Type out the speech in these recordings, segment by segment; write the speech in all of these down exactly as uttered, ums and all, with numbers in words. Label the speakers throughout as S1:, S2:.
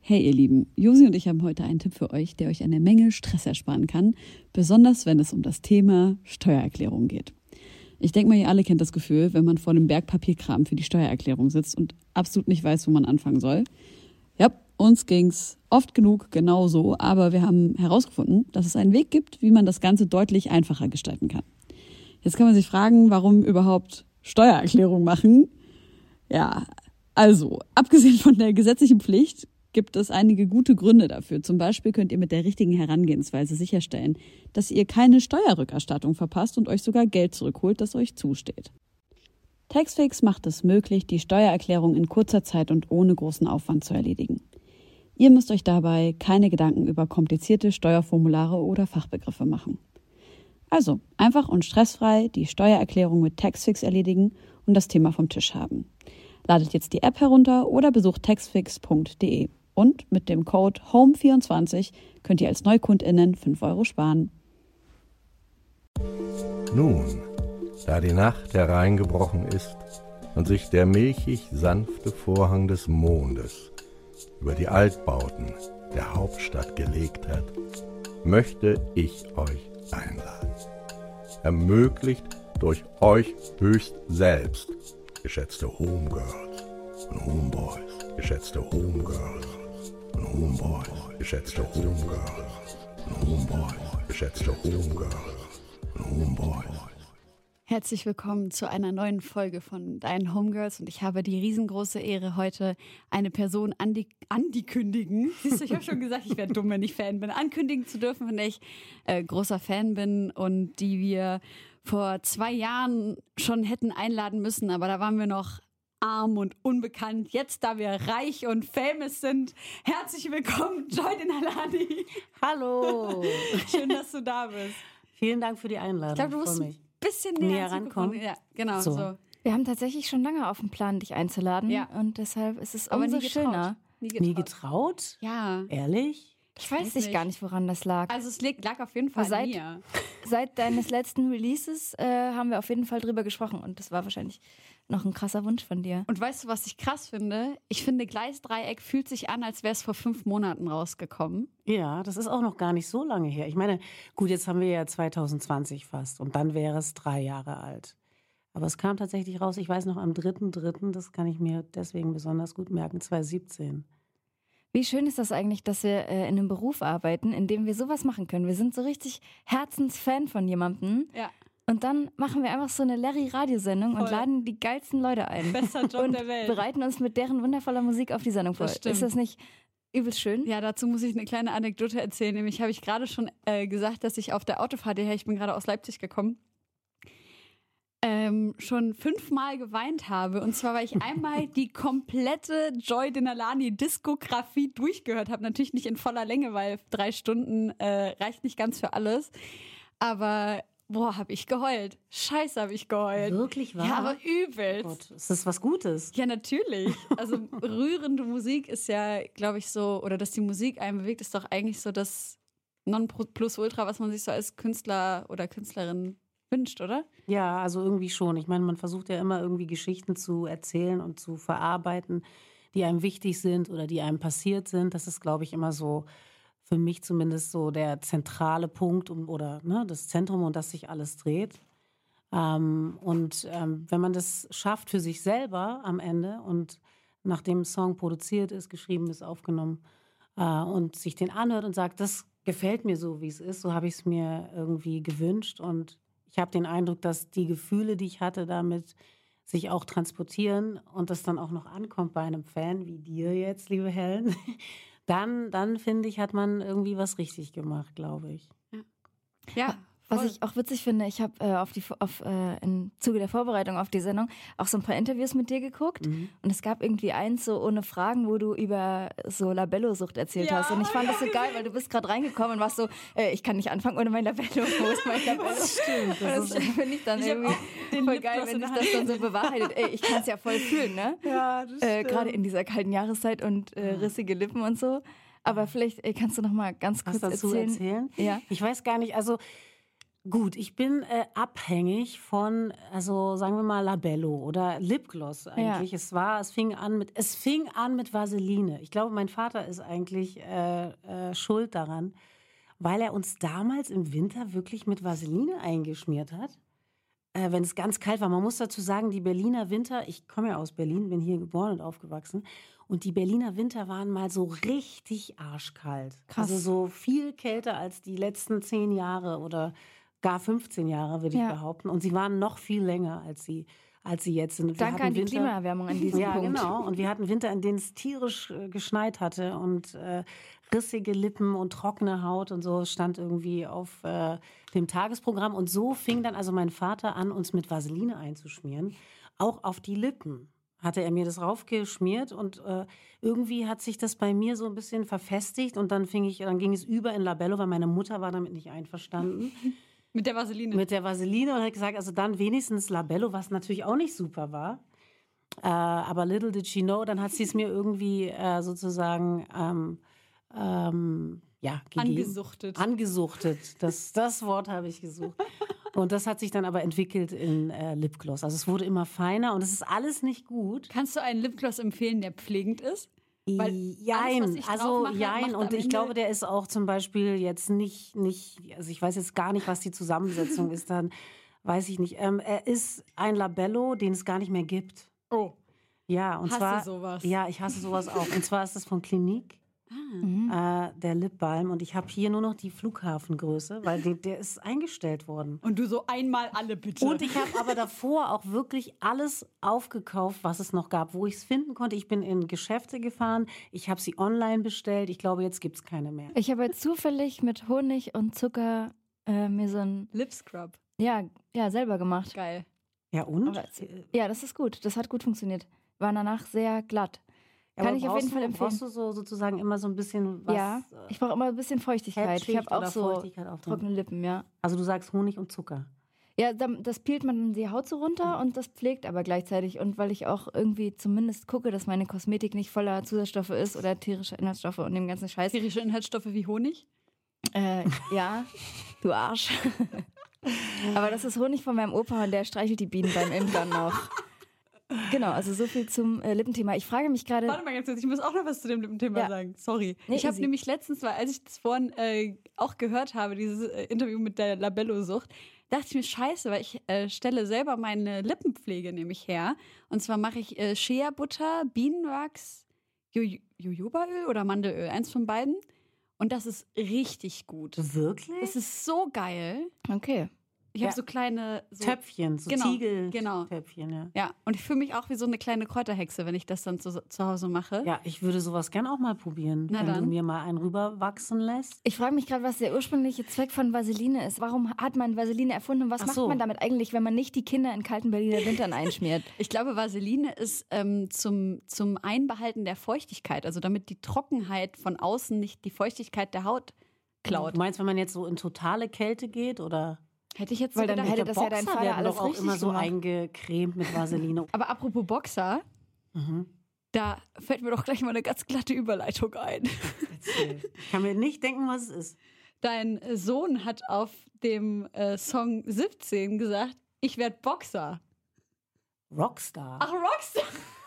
S1: Hey ihr Lieben, Josi und ich haben heute einen Tipp für euch, der euch eine Menge Stress ersparen kann, besonders wenn es um das Thema Steuererklärung geht. Ich denke mal, ihr alle kennt das Gefühl, wenn man vor dem Berg Papierkram für die Steuererklärung sitzt und absolut nicht weiß, wo man anfangen soll. Ja, uns ging's oft genug genauso, aber wir haben herausgefunden, dass es einen Weg gibt, wie man das Ganze deutlich einfacher gestalten kann. Jetzt kann man sich fragen, warum überhaupt Steuererklärung machen? Ja, also, abgesehen von der gesetzlichen Pflicht, gibt es einige gute Gründe dafür. Zum Beispiel könnt ihr mit der richtigen Herangehensweise sicherstellen, dass ihr keine Steuerrückerstattung verpasst und euch sogar Geld zurückholt, das euch zusteht. Taxfix macht es möglich, die Steuererklärung in kurzer Zeit und ohne großen Aufwand zu erledigen. Ihr müsst euch dabei keine Gedanken über komplizierte Steuerformulare oder Fachbegriffe machen. Also einfach und stressfrei die Steuererklärung mit Taxfix erledigen und das Thema vom Tisch haben. Ladet jetzt die App herunter oder besucht taxfix punkt de. Und mit dem Code Home vierundzwanzig könnt ihr als NeukundInnen fünf Euro sparen.
S2: Nun, da die Nacht hereingebrochen ist und sich der milchig sanfte Vorhang des Mondes über die Altbauten der Hauptstadt gelegt hat, möchte ich euch einladen. Ermöglicht durch euch höchst selbst, geschätzte Homegirls und Homeboys, geschätzte Homegirls und Homeboys, geschätzte Homegirls und Homeboys, geschätzte Homegirls und Homeboys.
S1: Herzlich willkommen zu einer neuen Folge von Deinen Homegirls und ich habe die riesengroße Ehre, heute eine Person andi- andikündigen. Siehst du, ich habe schon gesagt, ich wäre dumm, wenn ich Fan bin. Ankündigen zu dürfen, von der ich äh, großer Fan bin und die wir vor zwei Jahren schon hätten einladen müssen, aber da waren wir noch arm und unbekannt. Jetzt, da wir reich und famous sind, herzlich willkommen, Joy Denalani.
S3: Hallo.
S1: Schön, dass du da bist.
S3: Vielen Dank für die Einladung.
S1: Ich glaube, du musst ein bisschen näher,
S3: näher rankommen.
S1: Ja, genau.
S3: So.
S1: So.
S4: Wir haben tatsächlich schon lange auf dem Plan, dich einzuladen.
S1: Ja.
S4: Und deshalb ist es
S1: Aber
S4: umso
S1: nie getraut.
S4: schöner.
S1: Nie getraut.
S3: Nie getraut?
S1: Ja.
S3: Ehrlich?
S4: Ich weiß
S1: weiß
S4: nicht
S1: nicht.
S4: gar nicht, woran das lag.
S1: Also es lag, lag auf jeden Fall
S4: Aber
S1: an
S4: seit-
S1: mir.
S4: Seit deines letzten Releases äh, haben wir auf jeden Fall drüber gesprochen. Und das war wahrscheinlich noch ein krasser Wunsch von dir.
S1: Und weißt du, was ich krass finde? Ich finde, Gleisdreieck fühlt sich an, als wäre es vor fünf Monaten rausgekommen.
S3: Ja, das ist auch noch gar nicht so lange her. Ich meine, gut, jetzt haben wir ja zwanzig zwanzig fast und dann wäre es drei Jahre alt. Aber es kam tatsächlich raus, ich weiß noch, am dritten dritten, das kann ich mir deswegen besonders gut merken, zwanzig siebzehn.
S4: Wie schön ist das eigentlich, dass wir äh, in einem Beruf arbeiten, in dem wir sowas machen können. Wir sind so richtig Herzensfan von jemandem.
S1: Ja.
S4: Und dann machen wir einfach so eine Larry-Radiosendung und
S1: Voll.
S4: laden die geilsten Leute ein.
S1: Bester Job
S4: und
S1: der Welt.
S4: bereiten uns mit deren wundervoller Musik auf die Sendung vor.
S1: Das stimmt.
S4: Ist das nicht übelst schön?
S1: Ja, dazu muss ich eine kleine Anekdote erzählen. Nämlich habe ich gerade schon äh, gesagt, dass ich auf der Autofahrt hierher, ich bin gerade aus Leipzig gekommen, ähm, schon fünfmal geweint habe. Und zwar, weil ich einmal die komplette Joy Denalani-Diskografie durchgehört habe. Natürlich nicht in voller Länge, weil drei Stunden äh, reicht nicht ganz für alles. Aber boah, habe ich geheult. Scheiße, habe ich geheult.
S3: Wirklich wahr?
S1: Ja, aber übelst.
S3: Gott, ist das was Gutes?
S1: Ja, natürlich. Also rührende Musik ist ja, glaube ich, so, oder dass die Musik einen bewegt, ist doch eigentlich so das Nonplusultra, was man sich so als Künstler oder Künstlerin wünscht, oder?
S3: Ja, also irgendwie schon. Ich meine, man versucht ja immer irgendwie Geschichten zu erzählen und zu verarbeiten, die einem wichtig sind oder die einem passiert sind. Das ist, glaube ich, immer so für mich zumindest so der zentrale Punkt um, oder ne, das Zentrum, um das sich alles dreht. Ähm, und ähm, wenn man das schafft für sich selber am Ende und nachdem ein Song produziert ist, geschrieben ist, aufgenommen äh, und sich den anhört und sagt, das gefällt mir so, wie es ist, so habe ich es mir irgendwie gewünscht und ich habe den Eindruck, dass die Gefühle, die ich hatte, damit sich auch transportieren und das dann auch noch ankommt bei einem Fan wie dir jetzt, liebe Helen, dann, dann finde ich, hat man irgendwie was richtig gemacht, glaube ich.
S1: Ja.
S4: Was
S1: voll.
S4: ich auch witzig finde, ich habe äh, auf die auf, äh, im Zuge der Vorbereitung auf die Sendung auch so ein paar Interviews mit dir geguckt.
S3: Mhm.
S4: Und es gab irgendwie eins so ohne Fragen, wo du über so Labello-Sucht erzählt
S1: Ja,
S4: hast. Und ich fand das so geil, weil du bist gerade reingekommen und warst so, äh, ich kann nicht anfangen ohne mein Labello. Wo ist mein Labello?
S3: Das stimmt.
S4: Das, das finde ich dann
S1: Ich hab
S4: irgendwie
S1: auch den
S4: voll geil,
S1: Lipgloss
S4: wenn
S1: in
S4: sich
S1: der
S4: das dann so bewahrheitet. Ey, ich kann es ja voll fühlen, ne?
S3: Ja, das
S4: Äh, Gerade in dieser kalten Jahreszeit und äh, rissige Lippen und so. Aber vielleicht äh, kannst du noch mal ganz kurz
S3: Was dazu
S4: erzählen.
S3: erzählen?
S4: Ja.
S3: Ich weiß gar nicht, also Gut, ich bin äh, abhängig von, also sagen wir mal Labello oder Lipgloss eigentlich. Ja. Es war, es fing an mit, es fing an mit Vaseline. Ich glaube, mein Vater ist eigentlich äh, äh, schuld daran, weil er uns damals im Winter wirklich mit Vaseline eingeschmiert hat, äh, wenn es ganz kalt war. Man muss dazu sagen, die Berliner Winter, ich komme ja aus Berlin, bin hier geboren und aufgewachsen, und die Berliner Winter waren mal so richtig arschkalt. Krass. Also so viel kälter als die letzten zehn Jahre oder gar fünfzehn Jahre, würde ich ja. behaupten. Und sie waren noch viel länger, als sie, als sie jetzt sind.
S4: Danke an die Winter, Klimaerwärmung an diesem
S3: ja,
S4: Punkt.
S3: Ja, genau. Und wir hatten Winter, in denen es tierisch äh, geschneit hatte und äh, rissige Lippen und trockene Haut und so stand irgendwie auf äh, dem Tagesprogramm. Und so fing dann also mein Vater an, uns mit Vaseline einzuschmieren. Auch auf die Lippen hatte er mir das raufgeschmiert und äh, irgendwie hat sich das bei mir so ein bisschen verfestigt und dann fing ich, dann ging es über in Labello, weil meine Mutter war damit nicht einverstanden.
S1: Mit der Vaseline?
S3: Mit der Vaseline und hat gesagt, also dann wenigstens Labello, was natürlich auch nicht super war. Äh, aber little did she know, dann hat sie es mir irgendwie äh, sozusagen ähm, ähm, ja, gegeben.
S1: Angesuchtet.
S3: Angesuchtet, das, das Wort habe ich gesucht. Und das hat sich dann aber entwickelt in äh, Lipgloss. Also es wurde immer feiner und es ist alles nicht gut.
S1: Kannst du einen Lipgloss empfehlen, der pflegend ist?
S3: Weil jein, alles, also mache, jein. Und ich glaube, der ist auch zum Beispiel jetzt nicht, nicht, also ich weiß jetzt gar nicht, was die Zusammensetzung ist, dann weiß ich nicht. Ähm, er ist ein Labello, den es gar nicht mehr gibt.
S1: Oh.
S3: Ja, und
S1: hasse
S3: zwar.
S1: sowas.
S3: Ja, ich hasse sowas auch. Und zwar ist das von Clinique. Ah. Äh, der Lipbalm. Und ich habe hier nur noch die Flughafengröße, weil die, der ist eingestellt worden.
S1: Und du so einmal alle bitte.
S3: Und ich habe aber davor auch wirklich alles aufgekauft, was es noch gab, wo ich es finden konnte. Ich bin in Geschäfte gefahren, ich habe sie online bestellt. Ich glaube, jetzt gibt es keine mehr.
S4: Ich habe jetzt zufällig mit Honig und Zucker äh, mir so ein
S1: Lipscrub.
S4: Ja, ja, selber gemacht.
S1: Geil.
S3: Ja, und?
S4: Aber, ja, das ist gut. Das hat gut funktioniert. War danach sehr glatt. Kann
S3: aber
S4: ich auf jeden Fall empfehlen.
S3: Brauchst du so sozusagen immer so ein bisschen was?
S4: Ja, ich brauche immer ein bisschen Feuchtigkeit. Ich habe auch so
S3: auf
S4: trockene Lippen, ja.
S3: Also du sagst Honig und Zucker.
S4: Ja, das peelt man dann die Haut so runter und das pflegt aber gleichzeitig. Und weil ich auch irgendwie zumindest gucke, dass meine Kosmetik nicht voller Zusatzstoffe ist oder tierische Inhaltsstoffe und dem ganzen Scheiß.
S1: Tierische Inhaltsstoffe wie Honig?
S4: Äh, ja, du Arsch. Aber das ist Honig von meinem Opa und der streichelt die Bienen beim Imkern noch. Genau, also so viel zum äh, Lippenthema. Ich frage mich gerade...
S1: Warte mal ganz kurz, ich muss auch noch was zu dem Lippenthema ja. sagen. Sorry.
S4: Nee,
S1: ich habe nämlich letztens, weil als ich das vorhin äh, auch gehört habe, dieses äh, Interview mit der Labello-Sucht, dachte ich mir, scheiße, weil ich äh, stelle selber meine Lippenpflege nämlich her. Und zwar mache ich äh, Shea-Butter, Bienenwachs, Jo- Jojobaöl oder Mandelöl, eins von beiden. Und das ist richtig gut.
S3: Wirklich?
S1: Es ist so geil.
S4: Okay.
S1: Ich habe ja. so kleine so
S3: Töpfchen, so
S1: genau,
S3: Tiegel-Töpfchen.
S1: Genau.
S3: Ja.
S1: ja, und ich fühle mich auch wie so eine kleine Kräuterhexe, wenn ich das dann zu, zu Hause mache.
S3: Ja, ich würde sowas gern auch mal probieren,
S1: Na
S3: wenn
S1: dann.
S3: du mir mal einen rüberwachsen lässt.
S4: Ich frage mich gerade, was der ursprüngliche Zweck von Vaseline ist. Warum hat man Vaseline erfunden und was
S3: Ach
S4: macht
S3: so.
S4: man damit eigentlich, wenn man nicht die Kinder in kalten Berliner Wintern einschmiert?
S1: Ich glaube, Vaseline ist ähm, zum, zum Einbehalten der Feuchtigkeit, also damit die Trockenheit von außen nicht die Feuchtigkeit der Haut klaut.
S3: Du meinst, wenn man jetzt so in totale Kälte geht, oder?
S1: Hätte ich jetzt
S4: Weil
S1: so
S4: dann
S1: gedacht.
S4: hätte das ja dein
S3: Boxer
S4: Vater
S3: werden
S4: alles
S3: doch auch
S4: richtig
S3: immer so
S4: gemacht.
S3: eingecremt mit Vaseline.
S1: Aber apropos Boxer,
S3: Mhm.
S1: da fällt mir doch gleich mal eine ganz glatte Überleitung ein.
S3: Erzähl. Ich kann mir nicht denken, was es ist.
S1: Dein Sohn hat auf dem äh, Song siebzehn gesagt, ich werde Boxer.
S3: Rockstar.
S1: Ach, Rockstar.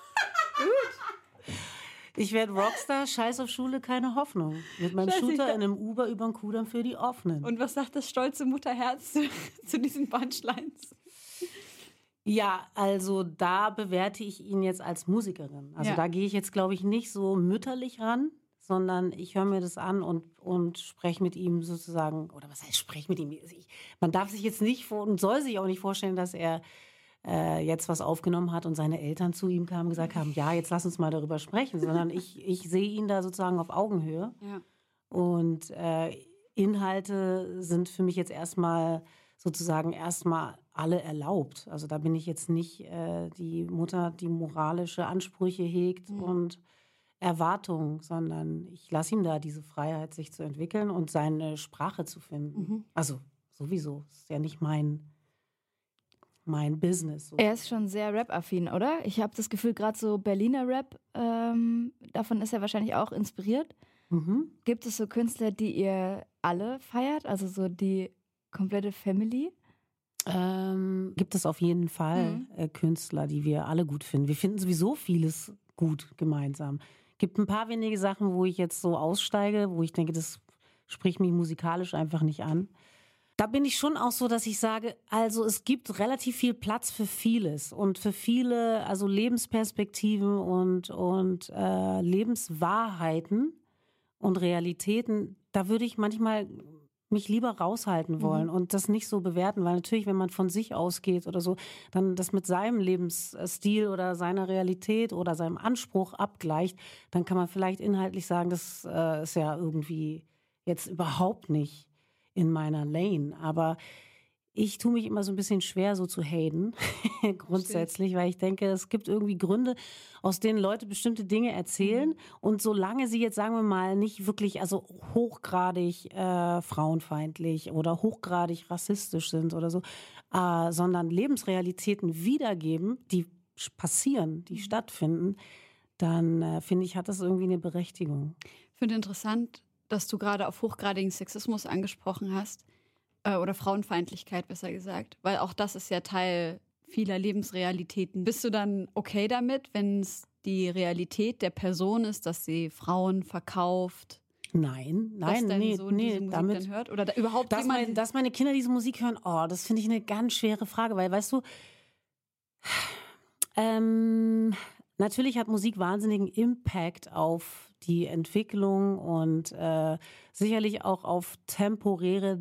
S3: Ich werde Rockstar, scheiß auf Schule, keine Hoffnung. Mit meinem
S1: Scheiße,
S3: Shooter
S1: ich-
S3: in einem Uber übern Kudamm für die Offenen.
S1: Und was sagt das stolze Mutterherz zu, zu diesen Punchlines?
S3: Ja, also da bewerte ich ihn jetzt als Musikerin. Also
S1: Ja.
S3: da gehe ich jetzt, glaube ich, nicht so mütterlich ran, sondern ich höre mir das an und, und spreche mit ihm sozusagen, oder was heißt spreche mit ihm? Ich, man darf sich jetzt nicht vor, und soll sich auch nicht vorstellen, dass er äh, jetzt was aufgenommen hat und seine Eltern zu ihm kamen und gesagt haben, ja, jetzt lass uns mal darüber sprechen, sondern ich, ich sehe ihn da sozusagen auf Augenhöhe.
S1: Ja.
S3: Und äh, Inhalte sind für mich jetzt erstmal sozusagen erstmal alle erlaubt. Also da bin ich jetzt nicht äh, die Mutter, die moralische Ansprüche hegt
S1: Mhm.
S3: und Erwartungen, sondern ich lasse ihm da diese Freiheit, sich zu entwickeln und seine Sprache zu finden.
S1: Mhm.
S3: Also sowieso, ist ja nicht mein, mein Business. So.
S4: Er ist schon sehr Rap-affin, oder? Ich habe das Gefühl, gerade so Berliner Rap, ähm, davon ist er wahrscheinlich auch inspiriert.
S3: Mhm.
S4: Gibt es so Künstler, die ihr alle feiert? Also so die komplette Family?
S3: Ähm, gibt es auf jeden Fall
S4: Mhm.
S3: äh, Künstler, die wir alle gut finden. Wir finden sowieso vieles gut gemeinsam. Gibt ein paar wenige Sachen, wo ich jetzt so aussteige, wo ich denke, das spricht mich musikalisch einfach nicht an. Da bin ich schon auch so, dass ich sage, also es gibt relativ viel Platz für vieles und für viele, also Lebensperspektiven und, und äh, Lebenswahrheiten und Realitäten. Da würde ich manchmal mich lieber raushalten wollen
S4: Mhm.
S3: und das nicht so bewerten, weil natürlich, wenn man von sich ausgeht oder so, dann das mit seinem Lebensstil oder seiner Realität oder seinem Anspruch abgleicht, dann kann man vielleicht inhaltlich sagen, das äh, ist ja irgendwie jetzt überhaupt nicht in meiner Lane. Aber ich tue mich immer so ein bisschen schwer, so zu haten, grundsätzlich, weil ich denke, es gibt irgendwie Gründe, aus denen Leute bestimmte Dinge erzählen. Und solange sie jetzt, sagen wir mal, nicht wirklich, also hochgradig äh, frauenfeindlich oder hochgradig rassistisch sind oder so, äh, sondern Lebensrealitäten wiedergeben, die passieren, die stattfinden, dann äh, finde ich, hat das irgendwie eine Berechtigung.
S1: Ich finde interessant, dass du gerade auf hochgradigen Sexismus angesprochen hast. Äh, oder Frauenfeindlichkeit, besser gesagt. Weil auch das ist ja Teil vieler Lebensrealitäten. Bist du dann okay damit, wenn es die Realität der Person ist, dass sie Frauen verkauft?
S3: Nein,
S1: dass
S3: nein,
S1: dein
S3: nee,
S1: Sohn
S3: nee,
S1: diese Musik
S3: damit,
S1: dann hört? Oder da überhaupt
S3: dass,
S1: jemand...
S3: mein, dass meine Kinder diese Musik hören, oh, das finde ich eine ganz schwere Frage, weil, weißt du, ähm, natürlich hat Musik wahnsinnigen Impact auf die Entwicklung und äh, sicherlich auch auf temporäre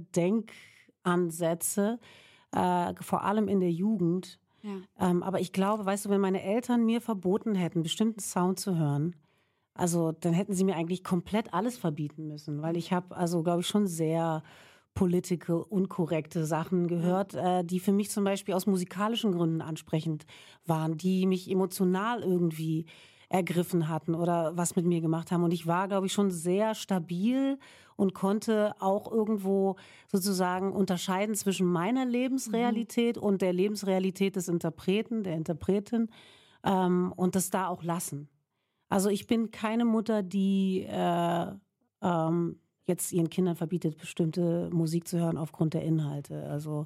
S3: Denkansätze, äh, vor allem in der Jugend.
S1: Ja.
S3: Ähm, aber ich glaube, weißt du, wenn meine Eltern mir verboten hätten, bestimmten Sound zu hören, also dann hätten sie mir eigentlich komplett alles verbieten müssen, weil ich habe also, glaube ich, schon sehr political, unkorrekte Sachen gehört, äh, die für mich zum Beispiel aus musikalischen Gründen ansprechend waren, die mich emotional irgendwie ergriffen hatten oder was mit mir gemacht haben. Und ich war, glaube ich, schon sehr stabil und konnte auch irgendwo sozusagen unterscheiden zwischen meiner Lebensrealität mhm. und der Lebensrealität des Interpreten, der Interpretin ähm, und das da auch lassen. Also ich bin keine Mutter, die äh, ähm, jetzt ihren Kindern verbietet, bestimmte Musik zu hören aufgrund der Inhalte. Also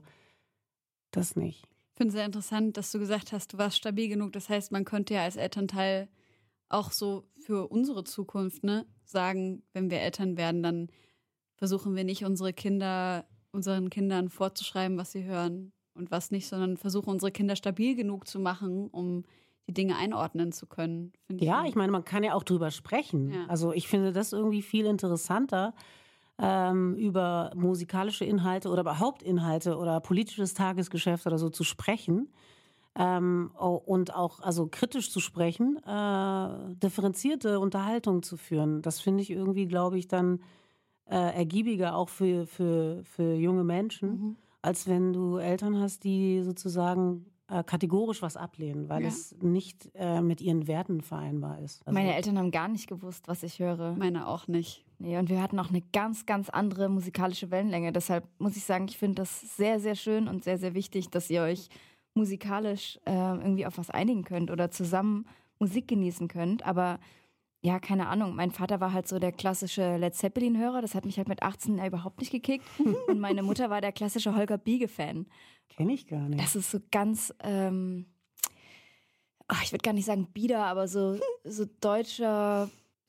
S3: das nicht.
S1: Ich finde es sehr interessant, dass du gesagt hast, du warst stabil genug. Das heißt, man könnte ja als Elternteil auch so für unsere Zukunft, ne, sagen, wenn wir Eltern werden, dann versuchen wir nicht unsere Kinder, unseren Kindern vorzuschreiben, was sie hören und was nicht, sondern versuchen unsere Kinder stabil genug zu machen, um die Dinge einordnen zu können. Finde ich
S3: ja,
S1: auch.
S3: ich meine, man kann ja auch drüber sprechen.
S1: Ja.
S3: Also ich finde das irgendwie viel interessanter, ähm, über musikalische Inhalte oder überhaupt Inhalte oder politisches Tagesgeschäft oder so zu sprechen. Ähm, und auch also kritisch zu sprechen, äh, differenzierte Unterhaltung zu führen. Das finde ich irgendwie, glaube ich, dann äh, ergiebiger auch für, für, für junge Menschen, mhm. als wenn du Eltern hast, die sozusagen äh, kategorisch was ablehnen, weil ja. es nicht äh, mit ihren Werten vereinbar ist. Also
S4: meine Eltern haben gar nicht gewusst, was ich höre.
S1: Meine auch nicht.
S4: Nee, und wir hatten auch eine ganz, ganz andere musikalische Wellenlänge. Deshalb muss ich sagen, ich finde das sehr, sehr schön und sehr, sehr wichtig, dass ihr euch musikalisch äh, irgendwie auf was einigen könnt oder zusammen Musik genießen könnt. Aber ja, keine Ahnung, mein Vater war halt so der klassische Led Zeppelin-Hörer. Das hat mich halt mit achtzehn ja überhaupt nicht gekickt. Und meine Mutter war der klassische Holger Biege-Fan.
S3: Kenne ich gar nicht.
S4: Das ist so ganz, ähm, ach, ich würde gar nicht sagen Bieder, aber so, so deutscher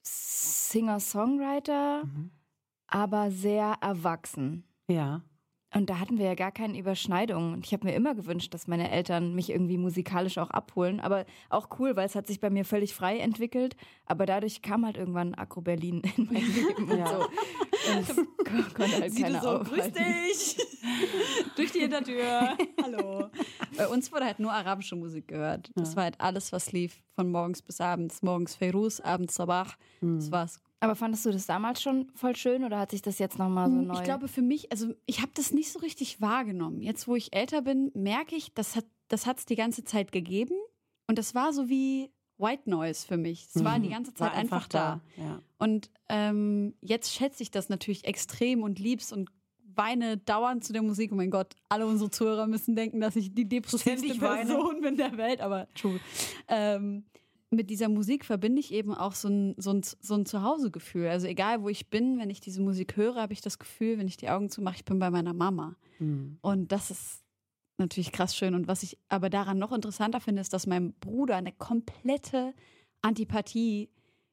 S4: Singer-Songwriter, mhm. aber sehr erwachsen.
S3: Ja.
S4: Und da hatten wir ja gar keine Überschneidungen. Und ich habe mir immer gewünscht, dass meine Eltern mich irgendwie musikalisch auch abholen. Aber auch cool, weil es hat sich bei mir völlig frei entwickelt. Aber dadurch kam halt irgendwann Agro Berlin in mein Leben und so. Und es konnte halt keiner
S1: so,
S4: aufhalten.
S1: Grüß dich! Durch die Hintertür. Hallo. Bei uns wurde halt nur arabische Musik gehört. Das ja. war halt alles, was lief. Von morgens bis abends. Morgens Feiruz, abends Sabah. Mhm. Das war's.
S4: Aber fandest du das damals schon voll schön oder hat sich das jetzt nochmal so neu?
S1: Ich glaube für mich, also ich habe das nicht so richtig wahrgenommen. Jetzt, wo ich älter bin, merke ich, das hat das hat's die ganze Zeit gegeben. Und das war so wie White Noise für mich. Es mhm. war die ganze Zeit war einfach, einfach da. da. Ja. Und ähm, jetzt schätze ich das natürlich extrem und lieb's und weine dauernd zu der Musik. Oh mein Gott, alle unsere Zuhörer müssen denken, dass ich die depressivste Person bin der Welt. Aber true. Ähm, mit dieser Musik verbinde ich eben auch so ein, so ein, so ein Zuhausegefühl. Also egal, wo ich bin, wenn ich diese Musik höre, habe ich das Gefühl, wenn ich die Augen zumache, ich bin bei meiner Mama. Mhm. Und das ist natürlich krass schön. Und was ich aber daran noch interessanter finde, ist, dass mein Bruder eine komplette Antipathie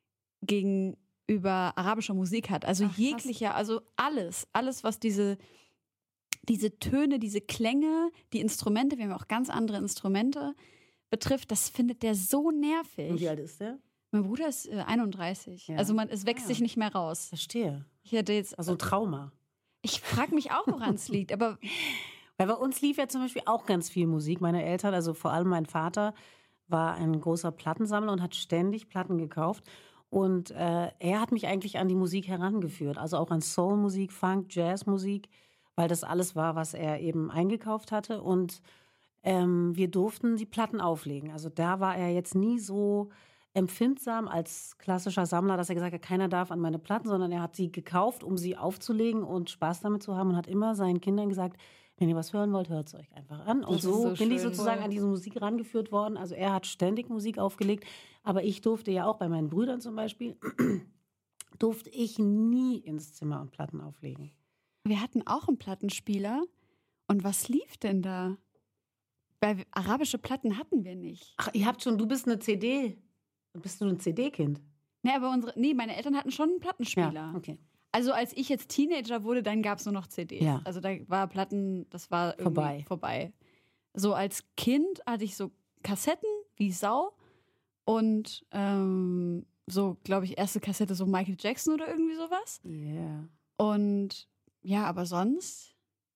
S1: gegenüber arabischer Musik hat. Also Ach, jeglicher, also alles, alles, was diese, diese Töne, diese Klänge, die Instrumente, wir haben auch ganz andere Instrumente, betrifft, das findet der so nervig.
S3: Und wie alt ist der?
S1: Mein Bruder ist äh, einunddreißig. Ja. Also man, es wächst ah, ja. sich nicht mehr raus.
S3: Verstehe.
S1: Ich hätte jetzt,
S3: also ein Trauma.
S1: Ich frage mich auch, woran es liegt, aber
S3: weil bei uns lief ja zum Beispiel auch ganz viel Musik. Meine Eltern, also vor allem mein Vater, war ein großer Plattensammler und hat ständig Platten gekauft. Und äh, er hat mich eigentlich an die Musik herangeführt. Also auch an Soulmusik, Funk, Jazzmusik, weil das alles war, was er eben eingekauft hatte. Und ähm, wir durften die Platten auflegen. Also da war er jetzt nie so empfindsam als klassischer Sammler, dass er gesagt hat, keiner darf an meine Platten, sondern er hat sie gekauft, um sie aufzulegen und Spaß damit zu haben und hat immer seinen Kindern gesagt, wenn ihr was hören wollt, hört es euch einfach an. Und so, so bin ich sozusagen voll an diese Musik rangeführt worden. Also er hat ständig Musik aufgelegt, aber ich durfte ja auch bei meinen Brüdern zum Beispiel, durfte ich nie ins Zimmer und Platten auflegen.
S1: Wir hatten auch einen Plattenspieler. Und was lief denn da? Weil arabische Platten hatten wir nicht.
S3: Ach, ihr habt schon, du bist eine C D. Bist du ein C D-Kind?
S1: Nee, aber unsere, nee, meine Eltern hatten schon einen Plattenspieler.
S3: Ja, okay.
S1: Also als ich jetzt Teenager wurde, dann gab es nur noch C Ds. Ja. Also da war Platten, das war irgendwie vorbei. vorbei. So als Kind hatte ich so Kassetten wie Sau und ähm, so, glaube ich, erste Kassette so Michael Jackson oder irgendwie sowas.
S3: Ja. Yeah.
S1: Und ja, aber sonst,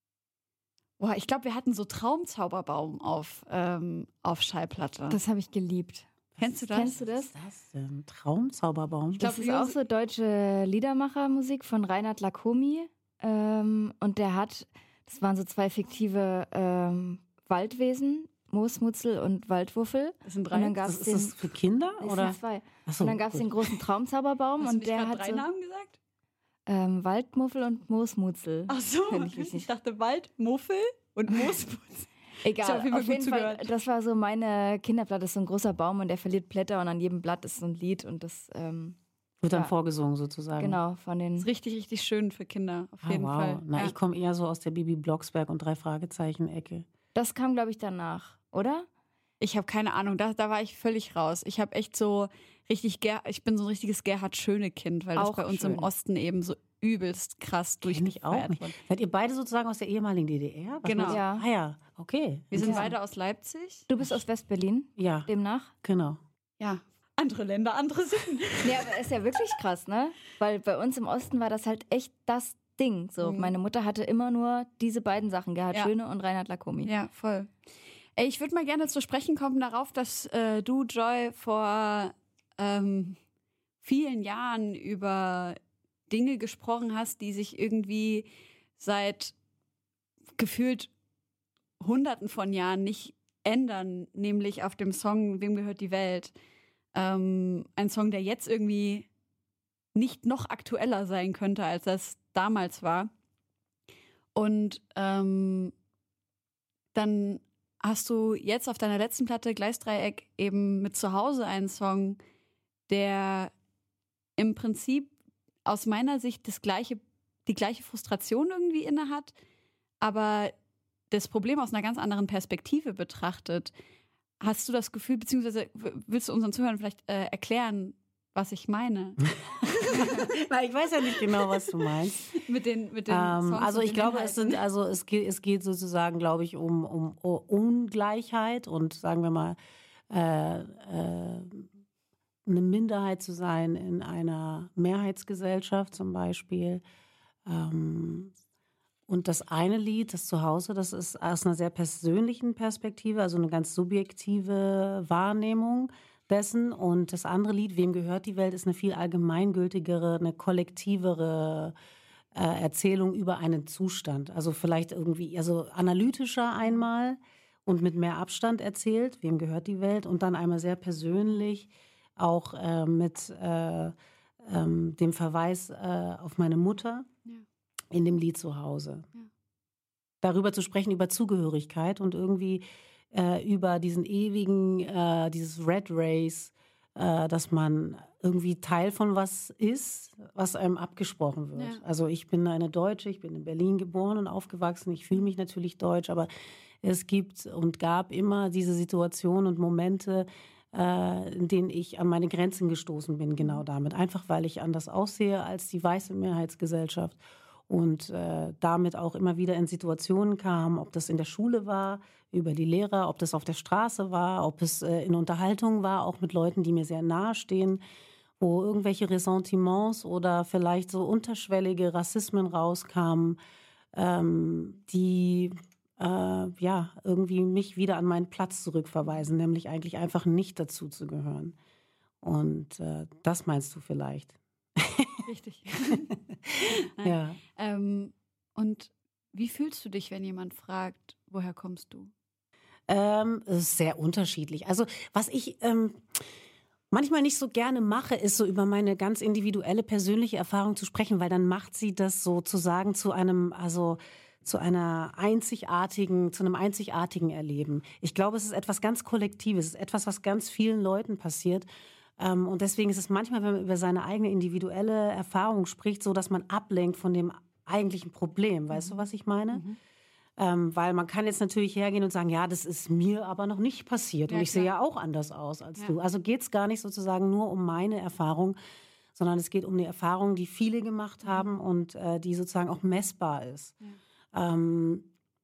S1: boah, ich glaube, wir hatten so Traumzauberbaum auf, ähm, auf Schallplatte.
S4: Das habe ich geliebt.
S1: Kennst du das?
S4: Kennst du das?
S3: Was ist das denn? Traumzauberbaum?
S4: Ich glaube, das ist auch so deutsche Liedermachermusik von Reinhard Lacomi. Ähm, und der hat, das waren so zwei fiktive ähm, Waldwesen, Moosmutzel und Waldwuffel.
S1: Das sind drei.
S4: Und dann gab's
S3: ist
S4: den,
S3: das für Kinder?
S4: Das
S3: oder?
S4: sind zwei.
S3: So,
S4: und dann gab es den großen Traumzauberbaum.
S1: Hast
S4: und
S1: du
S4: der
S1: nicht
S4: hat
S1: drei
S4: so,
S1: Namen gesagt?
S4: Ähm, Waldmuffel und Moosmutzel.
S1: Ach so, ich, ich dachte Waldmuffel und Moosmutzel.
S4: Egal, auf jeden, auf jeden Fall,
S1: zugehört.
S4: Das war so meine Kinderplatte, das ist so ein großer Baum und der verliert Blätter und an jedem Blatt ist so ein Lied und das ähm,
S3: wird dann
S4: ja,
S3: vorgesungen sozusagen.
S4: Genau, von den...
S1: Das ist richtig, richtig schön für Kinder, auf
S3: ah,
S1: jeden
S3: wow.
S1: Fall.
S3: Na,
S1: ja.
S3: ich komme eher so aus der Bibi Blocksberg und drei Fragezeichen-Ecke.
S4: Das kam, glaube ich, danach, oder?
S1: Ich habe keine Ahnung, da, da war ich völlig raus. Ich habe echt so richtig, Ger ich bin so ein richtiges Gerhard-Schöne-Kind, weil das
S4: auch
S1: bei uns
S4: schön.
S1: im Osten eben so übelst krass durchgefeiert
S3: wurde. Seid ihr beide sozusagen aus der ehemaligen D D R? Was
S1: genau.
S4: Ja.
S3: Ah ja, okay.
S1: Wir sind beide aus Leipzig.
S4: Du bist aus West-Berlin?
S3: Ja.
S4: Demnach?
S3: Genau.
S1: Ja. Andere Länder, andere Sitten.
S4: Ja, aber ist ja wirklich krass, ne? Weil bei uns im Osten war das halt echt das Ding. So, mhm. Meine Mutter hatte immer nur diese beiden Sachen, Gerhard ja. Schöne und Reinhard Lacomi.
S1: Ja, voll. Ey, ich würde mal gerne zu sprechen kommen darauf, dass äh, du, Joy, vor ähm, vielen Jahren über Dinge gesprochen hast, die sich irgendwie seit gefühlt Hunderten von Jahren nicht ändern, nämlich auf dem Song Wem gehört die Welt? Ähm, ein Song, der jetzt irgendwie nicht noch aktueller sein könnte, als das damals war. Und ähm, dann hast du jetzt auf deiner letzten Platte Gleisdreieck eben mit Zuhause einen Song, der im Prinzip aus meiner Sicht das gleiche, die gleiche Frustration irgendwie innehat, aber das Problem aus einer ganz anderen Perspektive betrachtet. Hast du das Gefühl, beziehungsweise willst du unseren Zuhörern vielleicht äh, erklären, was ich meine?
S3: Na, ich weiß ja nicht genau, was du meinst.
S1: mit den, mit den
S3: ähm,
S1: Songs
S3: also
S1: und
S3: ich
S1: den
S3: glaube,
S1: Inhalten.
S3: es sind, also es geht, es geht sozusagen, glaube ich, um, um, um Ungleichheit und sagen wir mal äh, äh, eine Minderheit zu sein in einer Mehrheitsgesellschaft zum Beispiel. Ähm, und das eine Lied, das Zuhause, das ist aus einer sehr persönlichen Perspektive, also eine ganz subjektive Wahrnehmung dessen. Und das andere Lied, Wem gehört die Welt, ist eine viel allgemeingültigere, eine kollektivere äh, Erzählung über einen Zustand. Also vielleicht irgendwie, also analytischer einmal und mit mehr Abstand erzählt, Wem gehört die Welt, und dann einmal sehr persönlich, auch äh, mit äh, ähm, dem Verweis äh, auf meine Mutter ja. in dem Lied Zuhause. Ja. Darüber zu sprechen, über Zugehörigkeit und irgendwie äh, über diesen ewigen, äh, dieses Red Race, äh, dass man irgendwie Teil von was ist, was einem abgesprochen wird.
S1: Ja.
S3: Also ich bin eine Deutsche, ich bin in Berlin geboren und aufgewachsen, ich fühle mich natürlich deutsch, aber es gibt und gab immer diese Situationen und Momente, äh, in denen ich an meine Grenzen gestoßen bin, genau damit. Einfach weil ich anders aussehe als die weiße Mehrheitsgesellschaft und äh, damit auch immer wieder in Situationen kam, ob das in der Schule war, über die Lehrer, ob das auf der Straße war, ob es äh, in Unterhaltungen war, auch mit Leuten, die mir sehr nahe stehen, wo irgendwelche Ressentiments oder vielleicht so unterschwellige Rassismen rauskamen, ähm, die äh, ja irgendwie mich wieder an meinen Platz zurückverweisen, nämlich eigentlich einfach nicht dazu zu gehören. Und äh, das meinst du vielleicht?
S1: Richtig.
S3: Ja.
S1: Ähm, und wie fühlst du dich, wenn jemand fragt, woher kommst du?
S3: Ähm, es ist sehr unterschiedlich. Also was ich ähm, manchmal nicht so gerne mache, ist so über meine ganz individuelle persönliche Erfahrung zu sprechen, weil dann macht sie das sozusagen zu einem, also zu einer einzigartigen, zu einem einzigartigen Erleben. Ich glaube, es ist etwas ganz Kollektives, es ist etwas, was ganz vielen Leuten passiert. Ähm, und deswegen ist es manchmal, wenn man über seine eigene individuelle Erfahrung spricht, so, dass man ablenkt von dem eigentlichen Problem. Weißt du, was ich meine?
S1: Mhm.
S3: Ähm, weil man kann jetzt natürlich hergehen und sagen, ja, das ist mir aber noch nicht passiert.
S1: Ja,
S3: und ich
S1: klar.
S3: sehe ja auch anders aus als
S1: Ja.
S3: du. Also geht es gar nicht sozusagen nur um meine Erfahrung, sondern es geht um eine Erfahrung, die viele gemacht haben und äh, die sozusagen auch messbar ist.
S1: Ja.
S3: Ähm,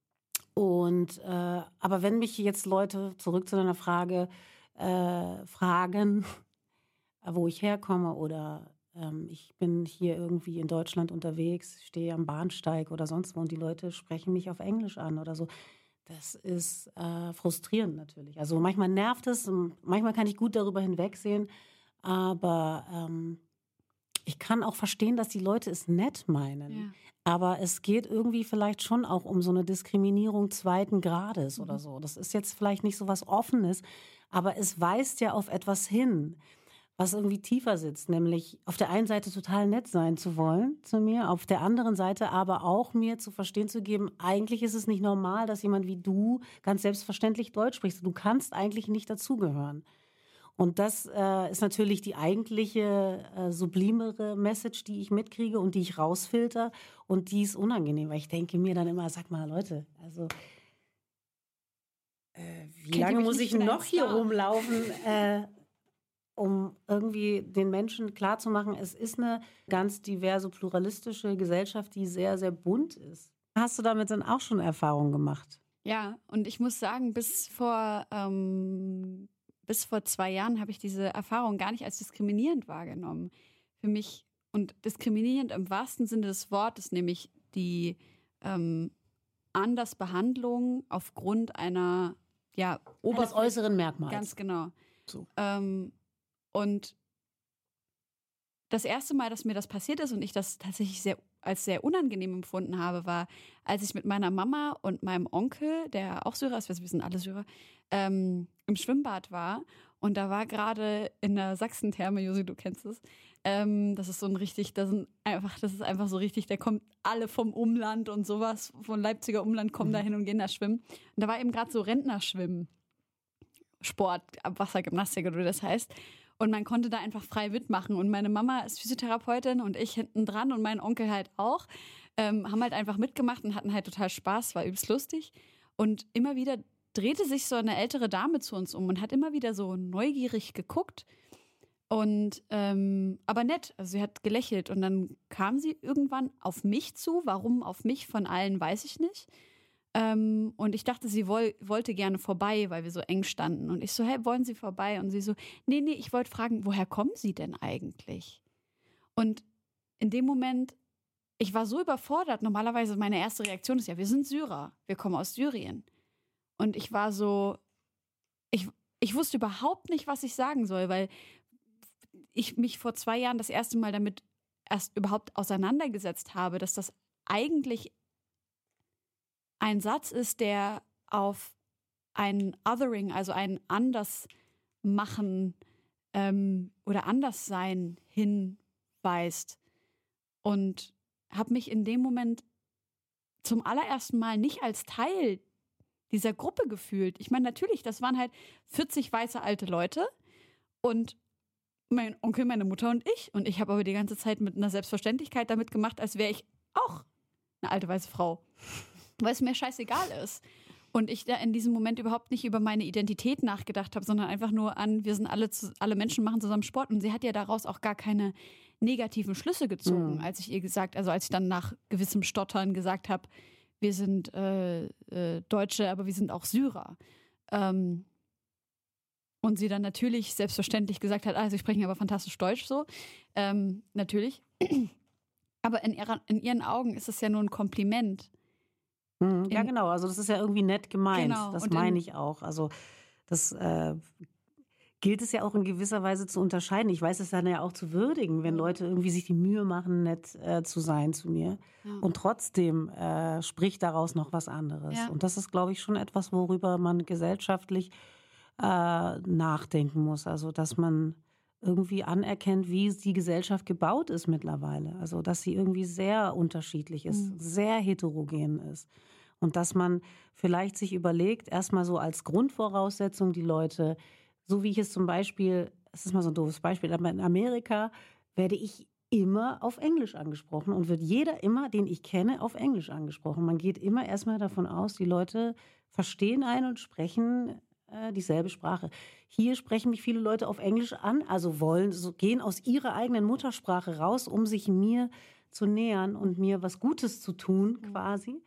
S3: und äh, aber wenn mich jetzt Leute, zurück zu deiner Frage, äh, fragen, wo ich herkomme oder ähm, ich bin hier irgendwie in Deutschland unterwegs, stehe am Bahnsteig oder sonst wo und die Leute sprechen mich auf Englisch an oder so. Das ist äh, frustrierend natürlich. Also manchmal nervt es, manchmal kann ich gut darüber hinwegsehen, aber ähm, ich kann auch verstehen, dass die Leute es nett meinen.
S1: Ja.
S3: Aber es geht irgendwie vielleicht schon auch um so eine Diskriminierung zweiten Grades
S1: Mhm.
S3: oder so. Das ist jetzt vielleicht nicht so was Offenes, aber es weist ja auf etwas hin, was irgendwie tiefer sitzt, nämlich auf der einen Seite total nett sein zu wollen zu mir, auf der anderen Seite aber auch mir zu verstehen zu geben, eigentlich ist es nicht normal, dass jemand wie du ganz selbstverständlich Deutsch spricht. Du kannst eigentlich nicht dazugehören. Und das äh, ist natürlich die eigentliche äh, sublimere Message, die ich mitkriege und die ich rausfilter. Und die ist unangenehm, weil ich denke mir dann immer, sag mal, Leute, also äh, wie
S1: Kennt ihr
S3: lange
S1: mich
S3: muss
S1: nicht
S3: ich
S1: für einen
S3: noch hier
S1: Star?
S3: rumlaufen, äh, um irgendwie den Menschen klarzumachen, es ist eine ganz diverse, pluralistische Gesellschaft, die sehr, sehr bunt ist. Hast du damit dann auch schon Erfahrungen gemacht?
S1: Ja, und ich muss sagen, bis vor, ähm, bis vor zwei Jahren habe ich diese Erfahrung gar nicht als diskriminierend wahrgenommen. Für mich, und diskriminierend im wahrsten Sinne des Wortes, nämlich die ähm, Andersbehandlung aufgrund einer, ja,
S3: Eines
S1: Oberfläche.
S3: äußeren Merkmals.
S1: Ganz genau.
S3: So.
S1: Ähm, und das erste Mal, dass mir das passiert ist und ich das tatsächlich sehr, als sehr unangenehm empfunden habe, war, als ich mit meiner Mama und meinem Onkel, der auch Syrer ist, wir sind alle Syrer, ähm, im Schwimmbad war. Und da war gerade in der Sachsentherme, Josi, du kennst es, ähm, das ist so ein richtig, das sind einfach, das ist einfach so richtig, da kommen alle vom Umland und sowas, von Leipziger Umland kommen
S3: Mhm.
S1: da hin und gehen da schwimmen. Und da war eben gerade so Rentnerschwimmen, Sport, Wassergymnastik oder wie das heißt. Und man konnte da einfach frei mitmachen. Und meine Mama ist Physiotherapeutin und ich hinten dran und mein Onkel halt auch. Ähm, haben halt einfach mitgemacht und hatten halt total Spaß, war übelst lustig. Und immer wieder drehte sich so eine ältere Dame zu uns um und hat immer wieder so neugierig geguckt. Und ähm, aber nett, also sie hat gelächelt. Und dann kam sie irgendwann auf mich zu. Warum auf mich von allen, weiß ich nicht. Ähm, und ich dachte, sie woll, wollte gerne vorbei, weil wir so eng standen. Und ich so, hey, wollen Sie vorbei? Und sie so, nee, nee, ich wollte fragen, woher kommen Sie denn eigentlich? Und in dem Moment, ich war so überfordert. Normalerweise meine erste Reaktion ist ja, wir sind Syrer, wir kommen aus Syrien. Und ich war so, ich, ich wusste überhaupt nicht, was ich sagen soll, weil ich mich vor zwei Jahren das erste Mal damit erst überhaupt auseinandergesetzt habe, dass das eigentlich ein Satz ist, der auf ein Othering, also ein Andersmachen ähm, oder Anderssein hinweist. Und habe mich in dem Moment zum allerersten Mal nicht als Teil dieser Gruppe gefühlt. Ich meine, natürlich, das waren halt vierzig weiße alte Leute und mein Onkel, meine Mutter und ich. Und ich habe aber die ganze Zeit mit einer Selbstverständlichkeit damit gemacht, als wäre ich auch eine alte weiße Frau. Weil es mir scheißegal ist. Und ich da in diesem Moment überhaupt nicht über meine Identität nachgedacht habe, sondern einfach nur an, wir sind alle, zu, alle Menschen machen zusammen Sport. Und sie hat ja daraus auch gar keine negativen Schlüsse gezogen,
S3: Mhm.
S1: als ich ihr gesagt, also als ich dann nach gewissem Stottern gesagt habe, wir sind äh, äh, Deutsche, aber wir sind auch Syrer. Ähm, und sie dann natürlich selbstverständlich gesagt hat, ah, sie sprechen aber fantastisch Deutsch so. Ähm, natürlich. Aber in, ihrer, in ihren Augen ist es ja nur ein Kompliment.
S3: Mhm, ja,
S1: In-
S3: genau. Also das ist ja irgendwie nett gemeint.
S1: Genau,
S3: Das
S1: und in-
S3: meine ich auch. Also das äh, gilt es ja auch in gewisser Weise zu unterscheiden. Ich weiß es dann ja auch zu würdigen, wenn Leute irgendwie sich die Mühe machen, nett äh, zu sein zu mir.
S1: Ja.
S3: Und trotzdem äh, spricht daraus noch was anderes.
S1: Ja.
S3: Und das ist, glaube ich, schon etwas, worüber man gesellschaftlich äh, nachdenken muss. Also dass man irgendwie anerkennt, wie die Gesellschaft gebaut ist mittlerweile. Also dass sie irgendwie sehr unterschiedlich ist,
S1: Mhm.
S3: sehr heterogen ist. Und dass man vielleicht sich überlegt, erstmal so als Grundvoraussetzung die Leute, so wie ich es zum Beispiel, das ist mal so ein doofes Beispiel, aber in Amerika werde ich immer auf Englisch angesprochen und wird jeder immer, den ich kenne, auf Englisch angesprochen. Man geht immer erstmal davon aus, die Leute verstehen einen und sprechen äh, dieselbe Sprache. Hier sprechen mich viele Leute auf Englisch an, also wollen, so gehen aus ihrer eigenen Muttersprache raus, um sich mir zu nähern und mir was Gutes zu tun, quasi.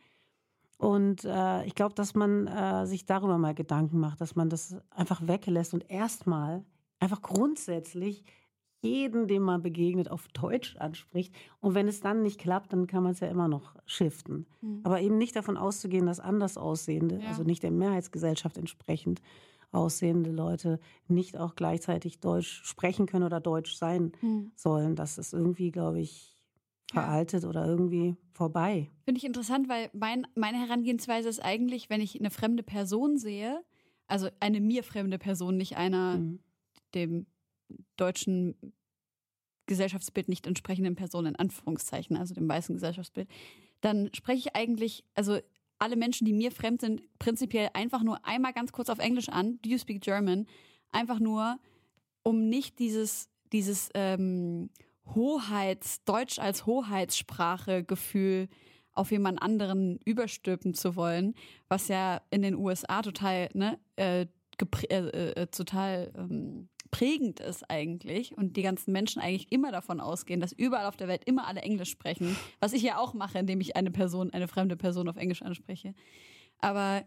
S3: Und äh, ich glaube, dass man äh, sich darüber mal Gedanken macht, dass man das einfach weglässt und erstmal einfach grundsätzlich jeden, dem man begegnet, auf Deutsch anspricht. Und wenn es dann nicht klappt, dann kann man es ja immer noch shiften.
S1: Mhm.
S3: Aber eben nicht davon auszugehen, dass anders aussehende,
S1: Ja.
S3: also nicht der Mehrheitsgesellschaft entsprechend aussehende Leute nicht auch gleichzeitig Deutsch sprechen können oder Deutsch sein
S1: Mhm.
S3: sollen. Das ist irgendwie, glaube ich,
S1: Ja.
S3: veraltet oder irgendwie vorbei.
S1: Finde ich interessant, weil mein, meine Herangehensweise ist eigentlich, wenn ich eine fremde Person sehe, also eine mir fremde Person, nicht einer
S3: Mhm.
S1: dem deutschen Gesellschaftsbild nicht entsprechenden Person, in Anführungszeichen, also dem weißen Gesellschaftsbild, dann spreche ich eigentlich, also alle Menschen, die mir fremd sind, prinzipiell einfach nur einmal ganz kurz auf Englisch an, do you speak German? Einfach nur, um nicht dieses, dieses ähm, Hoheits, Deutsch als Hoheitssprache-Gefühl auf jemand anderen überstülpen zu wollen, was ja in den U S A total, ne, äh, geprä- äh, äh, total ähm, prägend ist eigentlich und die ganzen Menschen eigentlich immer davon ausgehen, dass überall auf der Welt immer alle Englisch sprechen, was ich ja auch mache, indem ich eine Person, eine fremde Person auf Englisch anspreche. Aber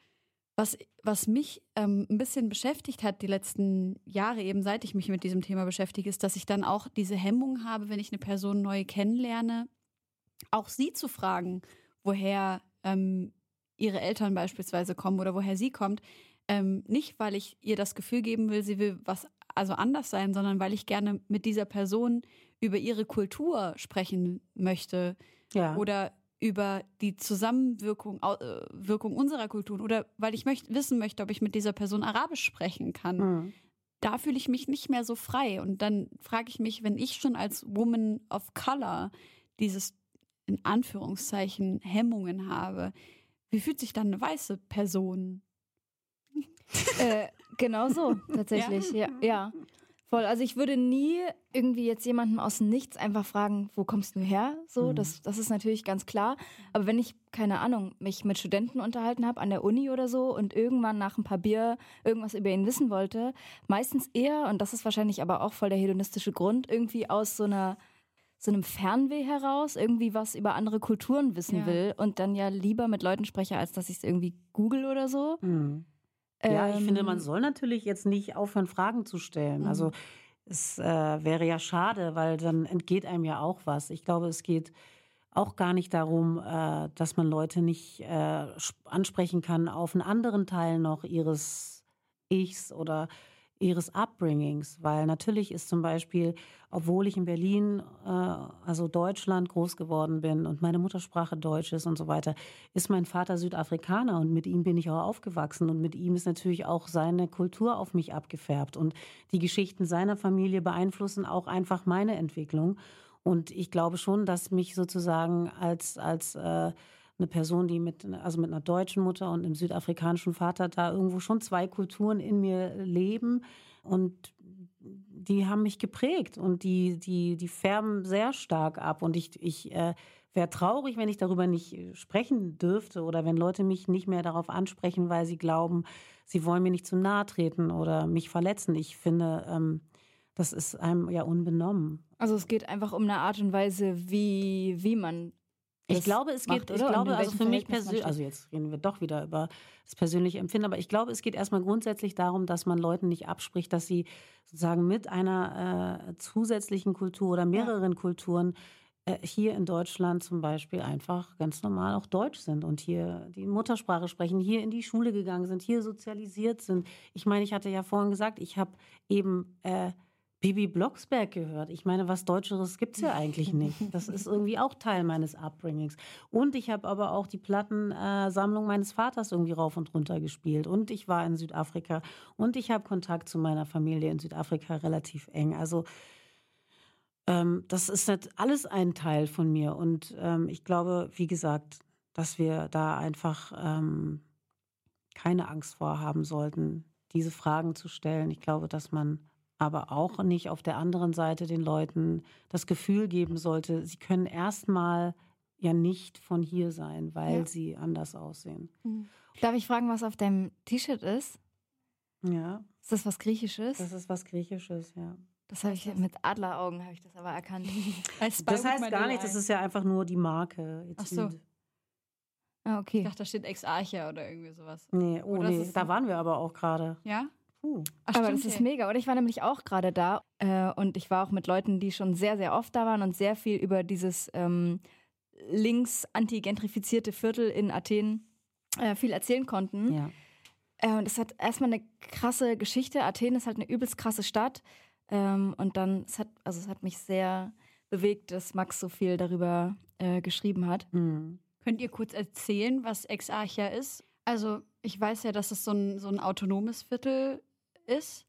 S1: was, was mich ähm, ein bisschen beschäftigt hat die letzten Jahre, eben seit ich mich mit diesem Thema beschäftige, ist, dass ich dann auch diese Hemmung habe, wenn ich eine Person neu kennenlerne, auch sie zu fragen, woher ähm, ihre Eltern beispielsweise kommen oder woher sie kommt. Ähm, nicht, weil ich ihr das Gefühl geben will, sie will was also anders sein, sondern weil ich gerne mit dieser Person über ihre Kultur sprechen möchte
S3: Ja.
S1: oder über die Zusammenwirkung Au- äh, Wirkung unserer Kulturen oder weil ich möcht, wissen möchte, ob ich mit dieser Person Arabisch sprechen kann.
S3: Mhm.
S1: Da fühle ich mich nicht mehr so frei. Und dann frage ich mich, wenn ich schon als Woman of Color dieses in Anführungszeichen Hemmungen habe, wie fühlt sich dann eine weiße Person?
S4: Äh, genau so, tatsächlich. Ja. ja, voll. Also ich würde nie irgendwie jetzt jemanden aus dem Nichts einfach fragen, wo kommst du her? So,
S3: Mhm.
S4: das, das ist natürlich ganz klar. Aber wenn ich, keine Ahnung, mich mit Studenten unterhalten habe an der Uni oder so und irgendwann nach ein paar Bier irgendwas über ihn wissen wollte, meistens eher, und das ist wahrscheinlich aber auch voll der hedonistische Grund, irgendwie aus so einer so einem Fernweh heraus irgendwie was über andere Kulturen wissen
S1: Ja.
S4: will und dann ja lieber mit Leuten spreche, als dass ich es irgendwie google oder so.
S3: Mhm. Ja, ich finde, man
S4: Ähm,
S3: soll natürlich jetzt nicht aufhören, Fragen zu stellen.
S1: Mhm.
S3: Also es äh, wäre ja schade, weil dann entgeht einem ja auch was. Ich glaube, es geht auch gar nicht darum, äh, dass man Leute nicht äh, sp- ansprechen kann auf einen anderen Teil noch ihres Ichs oder ihres Upbringings. Weil natürlich ist zum Beispiel, obwohl ich in Berlin, äh, also Deutschland, groß geworden bin und meine Muttersprache Deutsch ist und so weiter, ist mein Vater Südafrikaner und mit ihm bin ich auch aufgewachsen und mit ihm ist natürlich auch seine Kultur auf mich abgefärbt und die Geschichten seiner Familie beeinflussen auch einfach meine Entwicklung und ich glaube schon, dass mich sozusagen als als äh, eine Person, die mit also mit einer deutschen Mutter und einem südafrikanischen Vater da irgendwo schon zwei Kulturen in mir leben und die haben mich geprägt und die, die, die färben sehr stark ab. Und ich, ich äh, wäre traurig, wenn ich darüber nicht sprechen dürfte oder wenn Leute mich nicht mehr darauf ansprechen, weil sie glauben, sie wollen mir nicht zu nahe treten oder mich verletzen. Ich finde, ähm, das ist einem ja unbenommen.
S4: Also es geht einfach um eine Art und Weise, wie, wie man
S3: Ich glaube, es geht,
S4: macht,
S3: ich
S4: oder?
S3: glaube,
S4: Und in
S3: also für
S4: welchem
S3: mich
S4: Verhältnis man
S3: persönlich,
S4: steht.
S3: also jetzt reden wir doch wieder über das persönliche Empfinden, aber ich glaube, es geht erstmal grundsätzlich darum, dass man Leuten nicht abspricht, dass sie sozusagen mit einer äh, zusätzlichen Kultur oder mehreren Kulturen äh, hier in Deutschland zum Beispiel einfach ganz normal auch Deutsch sind und hier die Muttersprache sprechen, hier in die Schule gegangen sind, hier sozialisiert sind. Ich meine, ich hatte ja vorhin gesagt, ich habe eben äh, Bibi Blocksberg gehört. Ich meine, was Deutscheres gibt es ja eigentlich nicht. Das ist irgendwie auch Teil meines Upbringings. Und ich habe aber auch die Plattensammlung äh, meines Vaters irgendwie rauf und runter gespielt. Und ich war in Südafrika. Und ich habe Kontakt zu meiner Familie in Südafrika relativ eng. Also ähm, das ist nicht alles ein Teil von mir. Und ähm, ich glaube, wie gesagt, dass wir da einfach ähm, keine Angst vor haben sollten, diese Fragen zu stellen. Ich glaube, dass man aber auch nicht auf der anderen Seite den Leuten das Gefühl geben sollte, sie können erstmal ja nicht von hier sein, weil
S4: Ja.
S3: sie anders aussehen.
S4: Darf ich fragen, was auf deinem T-Shirt ist?
S3: Ja,
S4: Ist das was Griechisches?
S3: das ist was Griechisches, ja.
S4: Das habe ich mit Adleraugen habe ich das aber erkannt.
S1: Als
S3: Das
S1: Spyro
S3: heißt
S1: My
S3: gar
S1: Little
S3: nichts, das
S1: Eye.
S3: ist ja einfach nur die Marke. Jetzt
S1: Ach so.
S3: sind-
S4: Ah,
S1: Ich
S4: okay.
S1: dachte, da steht Exarchia oder irgendwie sowas.
S3: Nee, oh
S1: Oder ist
S3: nee,
S1: es
S3: da
S1: ein-
S3: waren wir aber auch gerade.
S1: Ja?
S3: Puh.
S1: Ach,
S4: Aber
S1: stimmt,
S4: das ist
S1: ey.
S4: mega, oder? Ich war nämlich auch gerade da äh, und ich war auch mit Leuten, die schon sehr, sehr oft da waren und sehr viel über dieses ähm, links anti-gentrifizierte Viertel in Athen äh, viel erzählen konnten.
S3: Ja.
S4: Äh, und es hat erstmal eine krasse Geschichte. Athen ist halt eine übelst krasse Stadt. Ähm, und dann, es hat, also es hat mich sehr bewegt, dass Max so viel darüber äh, geschrieben hat.
S3: Mhm.
S1: Könnt ihr kurz erzählen, was Exarchia ist? Also, ich weiß ja, dass es so ein, so ein autonomes Viertel ist.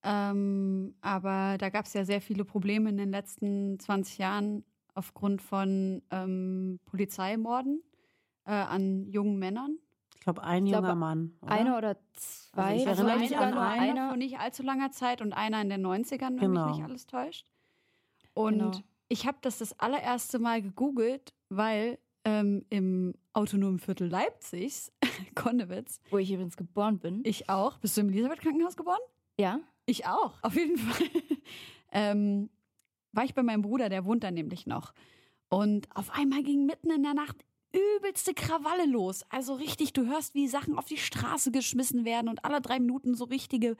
S1: Ähm, aber da gab es ja sehr viele Probleme in den letzten zwanzig Jahren aufgrund von ähm, Polizeimorden äh, an jungen Männern.
S3: Ich glaube, ein
S4: Ich
S3: junger
S4: glaube,
S3: Mann. Oder?
S4: Einer oder zwei.
S3: Also ich
S4: oder
S3: erinnere
S4: vielleicht
S3: mich
S4: sogar
S3: an
S4: nur
S3: einen.
S1: einer
S4: einer.
S1: vor nicht allzu langer Zeit und einer in den neunzigern, wenn
S3: Genau.
S1: mich nicht alles täuscht. Und
S4: Genau.
S1: ich habe das das allererste Mal gegoogelt, weil ähm, im autonomen Viertel Leipzigs, Konnewitz,
S4: Wo ich übrigens geboren bin.
S1: ich auch. Bist du im Elisabeth-Krankenhaus geboren?
S4: Ja.
S1: Ich auch, auf jeden Fall. ähm, war ich bei meinem Bruder, der wohnt da nämlich noch. Und auf einmal ging mitten in der Nacht übelste Krawalle los. Also richtig, du hörst, wie Sachen auf die Straße geschmissen werden und alle drei Minuten so richtige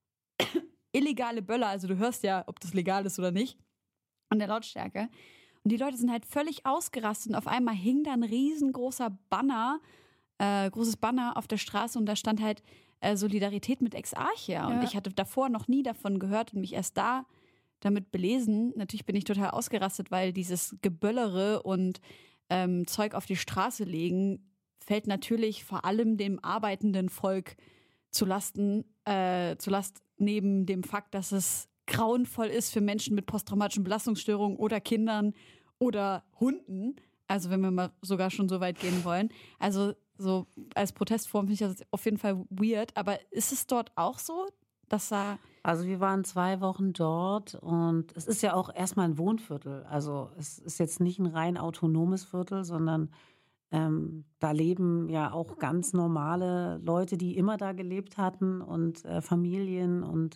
S1: illegale Böller. Also du hörst ja, ob das legal ist oder nicht. An der Lautstärke. Und die Leute sind halt völlig ausgerastet und auf einmal hing da ein riesengroßer Banner, äh, großes Banner auf der Straße und da stand halt äh, Solidarität mit Exarchia. Und
S4: Ja.
S1: ich hatte davor noch nie davon gehört und mich erst da damit belesen. Natürlich bin ich total ausgerastet, weil dieses Geböllere und ähm, Zeug auf die Straße legen fällt natürlich vor allem dem arbeitenden Volk zu Lasten, äh, zu Last neben dem Fakt, dass es grauenvoll ist für Menschen mit posttraumatischen Belastungsstörungen oder Kindern oder Hunden. Also wenn wir mal sogar schon so weit gehen wollen. Also so als Protestform finde ich das auf jeden Fall weird. Aber ist es dort auch so, dass da...
S3: Also wir waren zwei Wochen dort und es ist ja auch erstmal ein Wohnviertel. Also es ist jetzt nicht ein rein autonomes Viertel, sondern ähm, da leben ja auch ganz normale Leute, die immer da gelebt hatten und äh, Familien und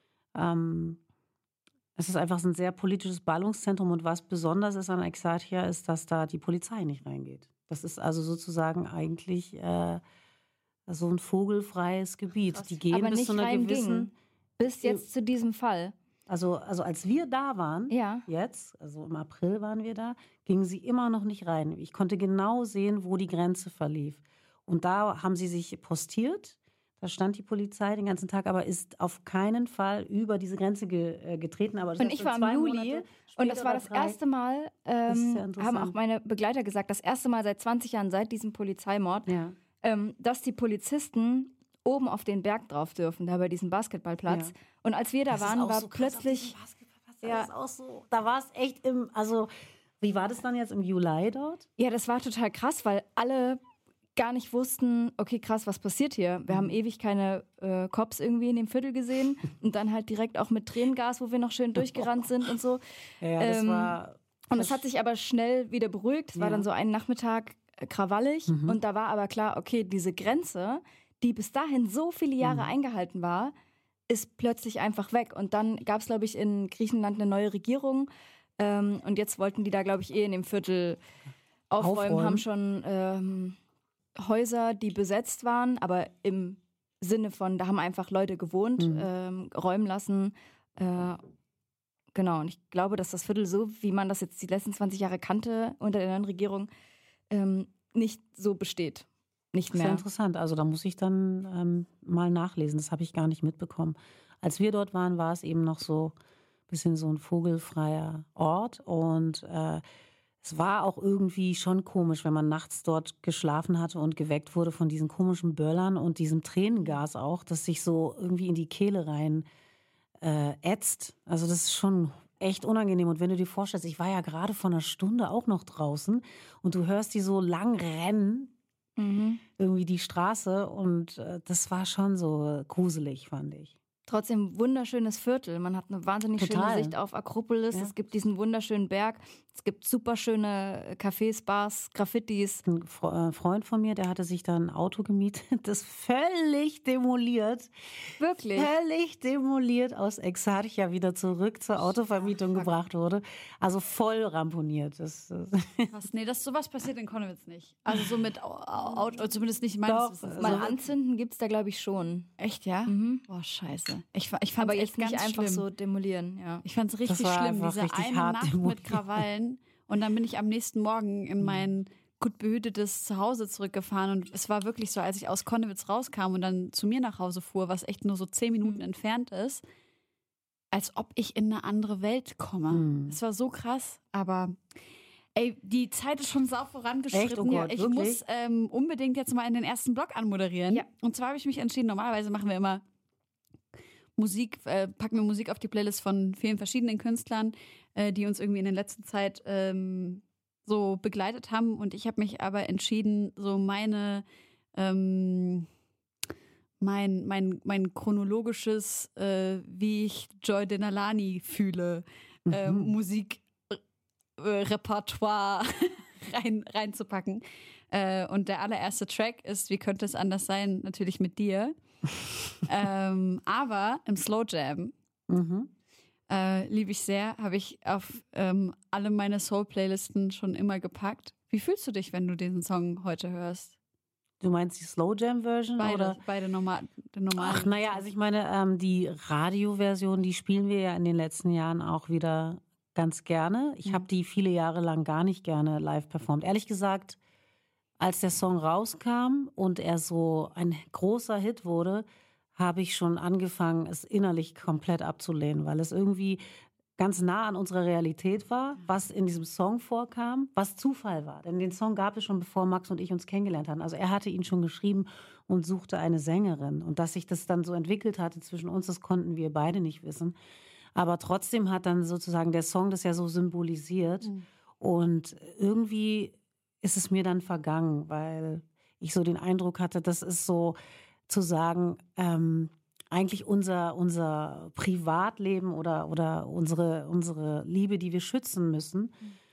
S3: ähm, es ist einfach ein sehr politisches Ballungszentrum und was besonders ist an Exarchia ist, dass da die Polizei nicht reingeht. Das ist also sozusagen eigentlich äh, so ein vogelfreies Gebiet.
S1: Krass.
S3: Die gehen
S4: Aber
S3: bis
S4: nicht
S3: zu einer
S4: reinging.
S3: gewissen...
S4: Bis jetzt zu diesem Fall.
S3: Also, also als wir da waren,
S4: Ja.
S3: jetzt, also im April waren wir da, gingen sie immer noch nicht rein. Ich konnte genau sehen, wo die Grenze verlief. Und da haben sie sich postiert. Da stand die Polizei den ganzen Tag, aber ist auf keinen Fall über diese Grenze ge, äh, getreten. Aber das
S4: Und
S3: heißt,
S4: ich
S3: so
S4: war im
S3: zwei
S4: Juli
S3: Monate
S4: und
S3: später
S4: das war
S3: oder
S4: das
S3: drei-
S4: erste Mal,
S3: Das ist
S4: ähm,
S3: ja interessant.
S4: haben auch meine Begleiter gesagt, das erste Mal seit zwanzig Jahren, seit diesem Polizeimord,
S3: Ja.
S4: ähm, dass die Polizisten oben auf den Berg drauf dürfen, da bei diesem Basketballplatz.
S3: Ja.
S4: Und als wir da
S3: Das ist
S4: waren,
S3: auch
S4: war
S3: so krass auf
S4: plötzlich,
S3: diesem Basketballplatz. Das
S4: Ja.
S3: ist auch so, da war es echt im, also wie war das dann jetzt im Juli dort?
S4: ja, das war total krass, weil alle gar nicht wussten, okay, krass, was passiert hier? Wir haben ewig keine äh, Cops irgendwie in dem Viertel gesehen und dann halt direkt auch mit Tränengas, wo wir noch schön durchgerannt sind und so.
S3: Ja, das
S4: ähm,
S3: war...
S4: Und es hat sich aber schnell wieder beruhigt. Es war
S3: Ja.
S4: dann so ein Nachmittag äh, krawallig
S3: Mhm.
S4: und da war aber klar, okay, diese Grenze, die bis dahin so viele Jahre
S3: Mhm.
S4: eingehalten war, ist plötzlich einfach weg. Und dann gab es, glaube ich, in Griechenland eine neue Regierung ähm, und jetzt wollten die da, glaube ich, eh in dem Viertel aufräumen,
S3: Aufräumen.
S4: haben schon ähm, Häuser, die besetzt waren, aber im Sinne von, da haben einfach Leute gewohnt,
S3: Mhm.
S4: ähm, räumen lassen. Äh, genau, und ich glaube, dass das Viertel so, wie man das jetzt die letzten zwanzig Jahre kannte unter der neuen Regierung, ähm, nicht so besteht. Nicht
S3: Sehr
S4: mehr.
S3: interessant. Also da muss ich dann ähm, mal nachlesen. Das habe ich gar nicht mitbekommen. Als wir dort waren, war es eben noch so ein bisschen so ein vogelfreier Ort. Und äh, es war auch irgendwie schon komisch, wenn man nachts dort geschlafen hatte und geweckt wurde von diesen komischen Böllern und diesem Tränengas auch, das sich so irgendwie in die Kehle rein äh, ätzt. Also das ist schon echt unangenehm. Und wenn du dir vorstellst, ich war ja gerade vor einer Stunde auch noch draußen und du hörst die so lang rennen,
S4: Mhm.
S3: irgendwie die Straße und äh, das war schon so gruselig, fand ich.
S4: Trotzdem wunderschönes Viertel. Man hat eine wahnsinnig
S3: Total.
S4: schöne Sicht auf Akropolis.
S3: Ja.
S4: Es gibt diesen wunderschönen Berg. Es gibt super schöne Cafés, Bars, Graffitis.
S3: Ein Fre- äh, Freund von mir, der hatte sich da ein Auto gemietet, das völlig demoliert,
S4: Wirklich.
S3: völlig demoliert aus Exarchia wieder zurück zur Autovermietung
S4: fuck.
S3: gebracht wurde. Also voll ramponiert. Das, das
S1: Krass, nee, das, sowas passiert in Konnewitz nicht. Also so mit Auto, zumindest nicht meines
S3: Doch,
S1: Wissens.
S4: Mal
S1: Also-
S4: anzünden gibt es da, glaube ich, schon.
S1: Echt, ja?
S4: Mhm.
S1: Boah, scheiße. Ich, fa- ich fand
S4: Aber
S1: es
S4: jetzt
S1: echt
S4: nicht
S1: ganz
S4: einfach
S1: schlimm.
S4: so demolieren, ja.
S1: Ich fand es richtig
S3: war
S1: schlimm,
S3: einfach
S1: diese
S3: richtig
S1: eine
S3: hart
S1: Nacht
S3: demoliert.
S1: mit Krawallen. Und dann bin ich am nächsten Morgen in mein gut behütetes Zuhause zurückgefahren. Und es war wirklich so, als ich aus Konnewitz rauskam und dann zu mir nach Hause fuhr, was echt nur so zehn Minuten entfernt ist, als ob ich in eine andere Welt komme.
S3: Mhm.
S1: Es war so krass, aber ey, die Zeit ist schon sau vorangeschritten.
S3: Echt? Oh Gott,
S1: ich
S3: wirklich?
S1: muss ähm, unbedingt jetzt mal in den ersten Block anmoderieren.
S4: Ja.
S1: Und zwar habe ich mich entschieden, normalerweise machen wir immer Musik, äh, packen wir Musik auf die Playlist von vielen verschiedenen Künstlern, äh, die uns irgendwie in der letzten Zeit ähm, so begleitet haben. Und ich habe mich aber entschieden, so meine, ähm, mein, mein, mein chronologisches, äh, wie ich Joy Denalani fühle, äh,
S3: Mhm.
S1: Musikrepertoire rein, reinzupacken. Äh, und der allererste Track ist, wie könnte es anders sein, natürlich mit dir. ähm, aber im Slow Jam
S3: Mhm.
S1: äh, liebe ich sehr, habe ich auf ähm, alle meine Soul-Playlisten schon immer gepackt. Wie fühlst du dich, wenn du diesen Song heute hörst?
S3: Du meinst die Slow Jam Version
S1: Beide,
S3: oder?
S1: beide normal, den normalen.
S3: Ach, naja, also ich meine, ähm, die Radioversion, die spielen wir ja in den letzten Jahren auch wieder ganz gerne. Ich
S1: Mhm.
S3: habe die viele Jahre lang gar nicht gerne live performt. Ehrlich gesagt, als der Song rauskam und er so ein großer Hit wurde, habe ich schon angefangen, es innerlich komplett abzulehnen, weil es irgendwie ganz nah an unserer Realität war, was in diesem Song vorkam, was Zufall war. Denn den Song gab es schon, bevor Max und ich uns kennengelernt hatten. Also er hatte ihn schon geschrieben und suchte eine Sängerin. Und dass sich das dann so entwickelt hatte zwischen uns, das konnten wir beide nicht wissen. Aber trotzdem hat dann sozusagen der Song das ja so symbolisiert.
S1: Mhm.
S3: Und irgendwie ist es mir dann vergangen, weil ich so den Eindruck hatte, das ist so zu sagen, ähm, eigentlich unser, unser Privatleben oder, oder unsere, unsere Liebe, die wir schützen müssen.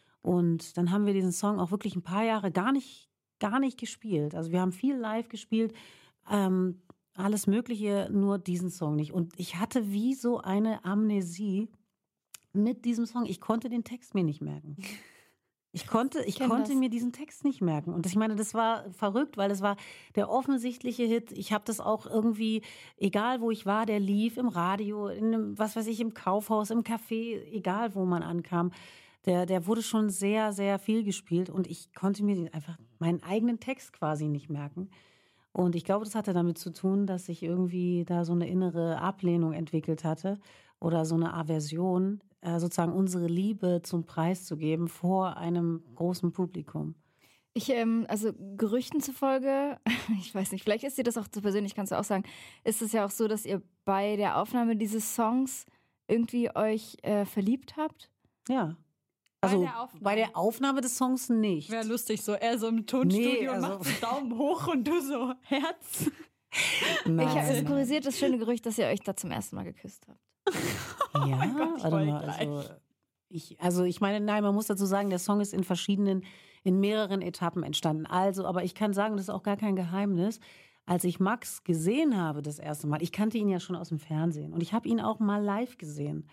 S3: Und dann haben wir diesen Song auch wirklich ein paar Jahre gar nicht, gar nicht gespielt. Also wir haben viel live gespielt, ähm, alles Mögliche, nur diesen Song nicht. Und ich hatte wie so eine Amnesie mit diesem Song. Ich konnte den Text mir nicht merken. Ich konnte, ich
S4: kenn
S3: konnte
S4: das.
S3: mir diesen Text nicht merken. Und ich meine, das war verrückt, weil es war der offensichtliche Hit. Ich habe das auch irgendwie, egal wo ich war, der lief im Radio, in einem, was weiß ich, im Kaufhaus, im Café, egal wo man ankam. Der, der wurde schon sehr, sehr viel gespielt und ich konnte mir den einfach meinen eigenen Text quasi nicht merken. Und ich glaube, das hatte damit zu tun, dass ich irgendwie da so eine innere Ablehnung entwickelt hatte oder so eine Aversion, äh, sozusagen unsere Liebe zum Preis zu geben vor einem großen Publikum.
S4: Ich, ähm, also Gerüchten zufolge, ich weiß nicht, vielleicht ist dir das auch zu persönlich, kannst du auch sagen, ist es ja auch so, dass ihr bei der Aufnahme dieses Songs irgendwie euch äh, verliebt habt?
S3: Ja. Also
S1: bei der Aufnahme,
S3: bei der Aufnahme des Songs nicht.
S1: Wäre lustig, so er so im Tonstudio
S3: Nee, also-
S1: macht so Daumen hoch und du so Herz.
S3: Nein.
S4: Ich habe es kurisiert das schöne Gerücht, dass ihr euch da zum ersten Mal geküsst habt.
S3: Ja,
S1: mein Gott, ich
S3: warte
S1: wollte
S3: mal,
S1: gleich.
S3: also ich, also ich meine, nein, man muss dazu sagen, der Song ist in verschiedenen, in mehreren Etappen entstanden. Also, aber ich kann sagen, das ist auch gar kein Geheimnis. Als ich Max gesehen habe das erste Mal, ich kannte ihn ja schon aus dem Fernsehen und ich habe ihn auch mal live gesehen.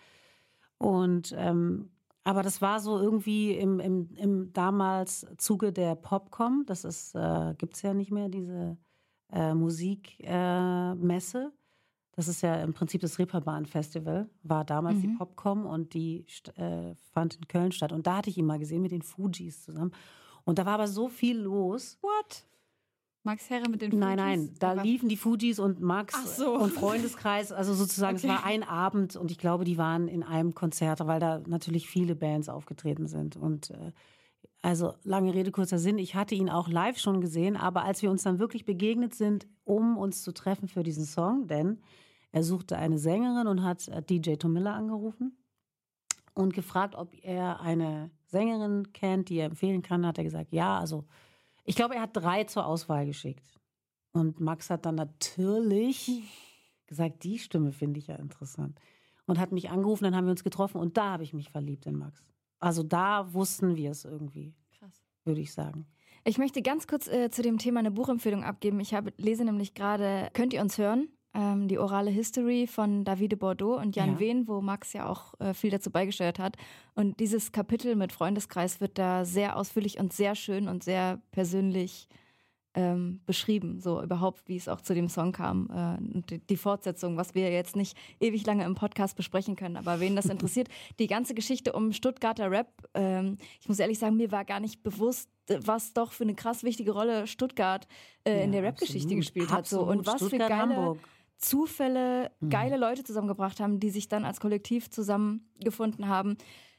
S3: Und ähm, aber das war so irgendwie im, im, im damals Zuge der Popcom, das ist, äh, gibt es ja nicht mehr, diese äh, Musikmesse. Äh, Messe. Das ist ja im Prinzip das Reeperbahn-Festival, war damals
S4: Mhm.
S3: die Popcom und die äh, fand in Köln statt. Und da hatte ich ihn mal gesehen mit den Fujis zusammen. Und da war aber so viel los.
S1: What? Max Herre mit den
S3: Nein,
S1: Fujis?
S3: nein, da
S1: Aber-
S3: liefen die Fujis und Max
S1: Ach so.
S3: und Freundeskreis. Also sozusagen,
S1: Okay.
S3: es war ein Abend und ich glaube, die waren in einem Konzert, weil da natürlich viele Bands aufgetreten sind. Und äh, also lange Rede, kurzer Sinn, ich hatte ihn auch live schon gesehen, aber als wir uns dann wirklich begegnet sind, um uns zu treffen für diesen Song, denn er suchte eine Sängerin und hat äh, D J Tomilla angerufen und gefragt, ob er eine Sängerin kennt, die er empfehlen kann, hat er gesagt, ja, also ich glaube, er hat drei zur Auswahl geschickt. Und Max hat dann natürlich gesagt, die Stimme finde ich ja interessant. Und hat mich angerufen, dann haben wir uns getroffen und da habe ich mich verliebt in Max. Also da wussten wir es irgendwie,
S1: Krass.
S3: würde ich sagen.
S4: Ich möchte ganz kurz äh, zu dem Thema eine Buchempfehlung abgeben. Ich habe, lese nämlich gerade Könnt ihr uns hören? Ähm, die orale History von Davide Bordeaux und Jan
S3: Ja.
S4: Wehn, wo Max ja auch äh, viel dazu beigesteuert hat. Und dieses Kapitel mit Freundeskreis wird da sehr ausführlich und sehr schön und sehr persönlich ähm, beschrieben. So überhaupt, wie es auch zu dem Song kam. Äh, und die, die Fortsetzung, was wir jetzt nicht ewig lange im Podcast besprechen können. Aber wen das interessiert, die ganze Geschichte um Stuttgarter Rap, ähm, ich muss ehrlich sagen, mir war gar nicht bewusst, was doch für eine krass wichtige Rolle Stuttgart äh, in
S3: Ja,
S4: der Rap-Geschichte
S3: absolut.
S4: gespielt hat. So. Und
S3: Absolut.
S4: was
S3: Stuttgart,
S4: für geile
S3: Hamburg.
S4: Zufälle,
S3: Mhm.
S4: geile Leute zusammengebracht haben, die sich dann als Kollektiv zusammengefunden haben.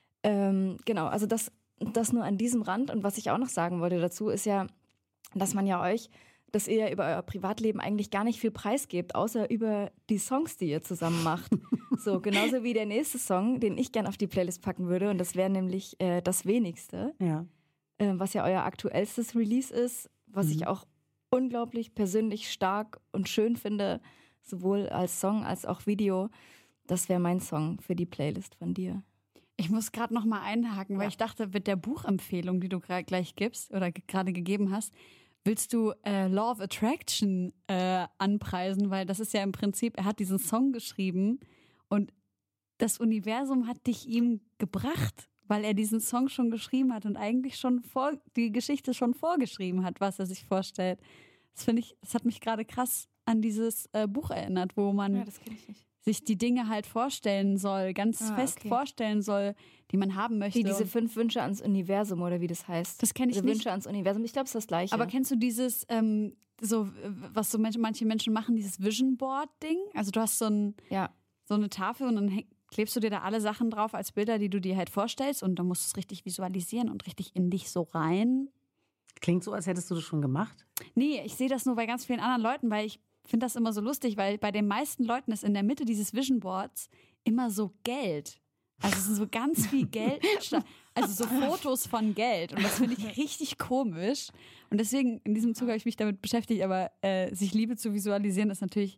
S4: Ähm, genau, also das, das nur an diesem Rand. Und was ich auch noch sagen wollte dazu, ist ja, dass man ja euch, dass ihr über euer Privatleben eigentlich gar nicht viel preisgebt, außer über die Songs, die ihr zusammen macht. So, genauso wie der nächste Song, den ich gern auf die Playlist packen würde. Und das wäre nämlich äh, Das Wenigste,
S3: Ja.
S4: äh, was ja euer aktuellstes Release ist, was
S3: Mhm.
S4: ich auch unglaublich persönlich stark und schön finde, sowohl als Song als auch Video. Das wäre mein Song für die Playlist von dir.
S1: Ich muss gerade noch mal einhaken, weil
S4: Ja.
S1: ich dachte, mit der Buchempfehlung, die du gra- gleich gibst oder ge- gerade gegeben hast, willst du äh, Law of Attraction äh, anpreisen, weil das ist ja im Prinzip, er hat diesen Song geschrieben und das Universum hat dich ihm gebracht, weil er diesen Song schon geschrieben hat und eigentlich schon vor, die Geschichte schon vorgeschrieben hat, was er sich vorstellt. Das finde ich, das hat mich gerade krass an dieses äh, Buch erinnert, wo man
S4: das kenne ich nicht.
S1: sich die Dinge halt vorstellen soll, ganz
S4: Ah,
S1: fest
S4: okay.
S1: vorstellen soll, die man haben möchte.
S4: Wie diese
S1: Und-
S4: fünf Wünsche ans Universum oder wie das heißt.
S1: Das kenn ich
S4: Diese
S1: nicht.
S4: Wünsche ans Universum. Ich glaube, es ist das Gleiche.
S1: Aber kennst du dieses, ähm, so, äh, was so Menschen, manche Menschen machen, dieses Vision Board-Ding? Also du hast so, ein,
S4: ja.
S1: so eine Tafel und dann häng, klebst du dir da alle Sachen drauf als Bilder, die du dir halt vorstellst und dann musst du es richtig visualisieren und richtig in dich so rein.
S3: Klingt so, als hättest du das schon gemacht.
S1: Nee, ich sehe das nur bei ganz vielen anderen Leuten, weil ich finde das immer so lustig, weil bei den meisten Leuten ist in der Mitte dieses Vision Boards immer so Geld. Also es ist so ganz viel Geld, also so Fotos von Geld und das finde ich richtig komisch und deswegen in diesem Zug habe ich mich damit beschäftigt, aber äh, sich Liebe zu visualisieren ist natürlich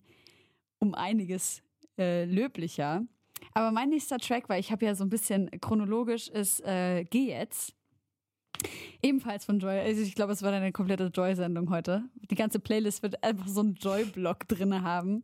S1: um einiges äh, löblicher. Aber mein nächster Track, weil ich habe ja so ein bisschen chronologisch, ist äh, Geh jetzt. Ebenfalls von Joy. Also ich glaube, es war eine komplette Joy-Sendung heute. Die ganze Playlist wird einfach so einen Joy-Block drin haben.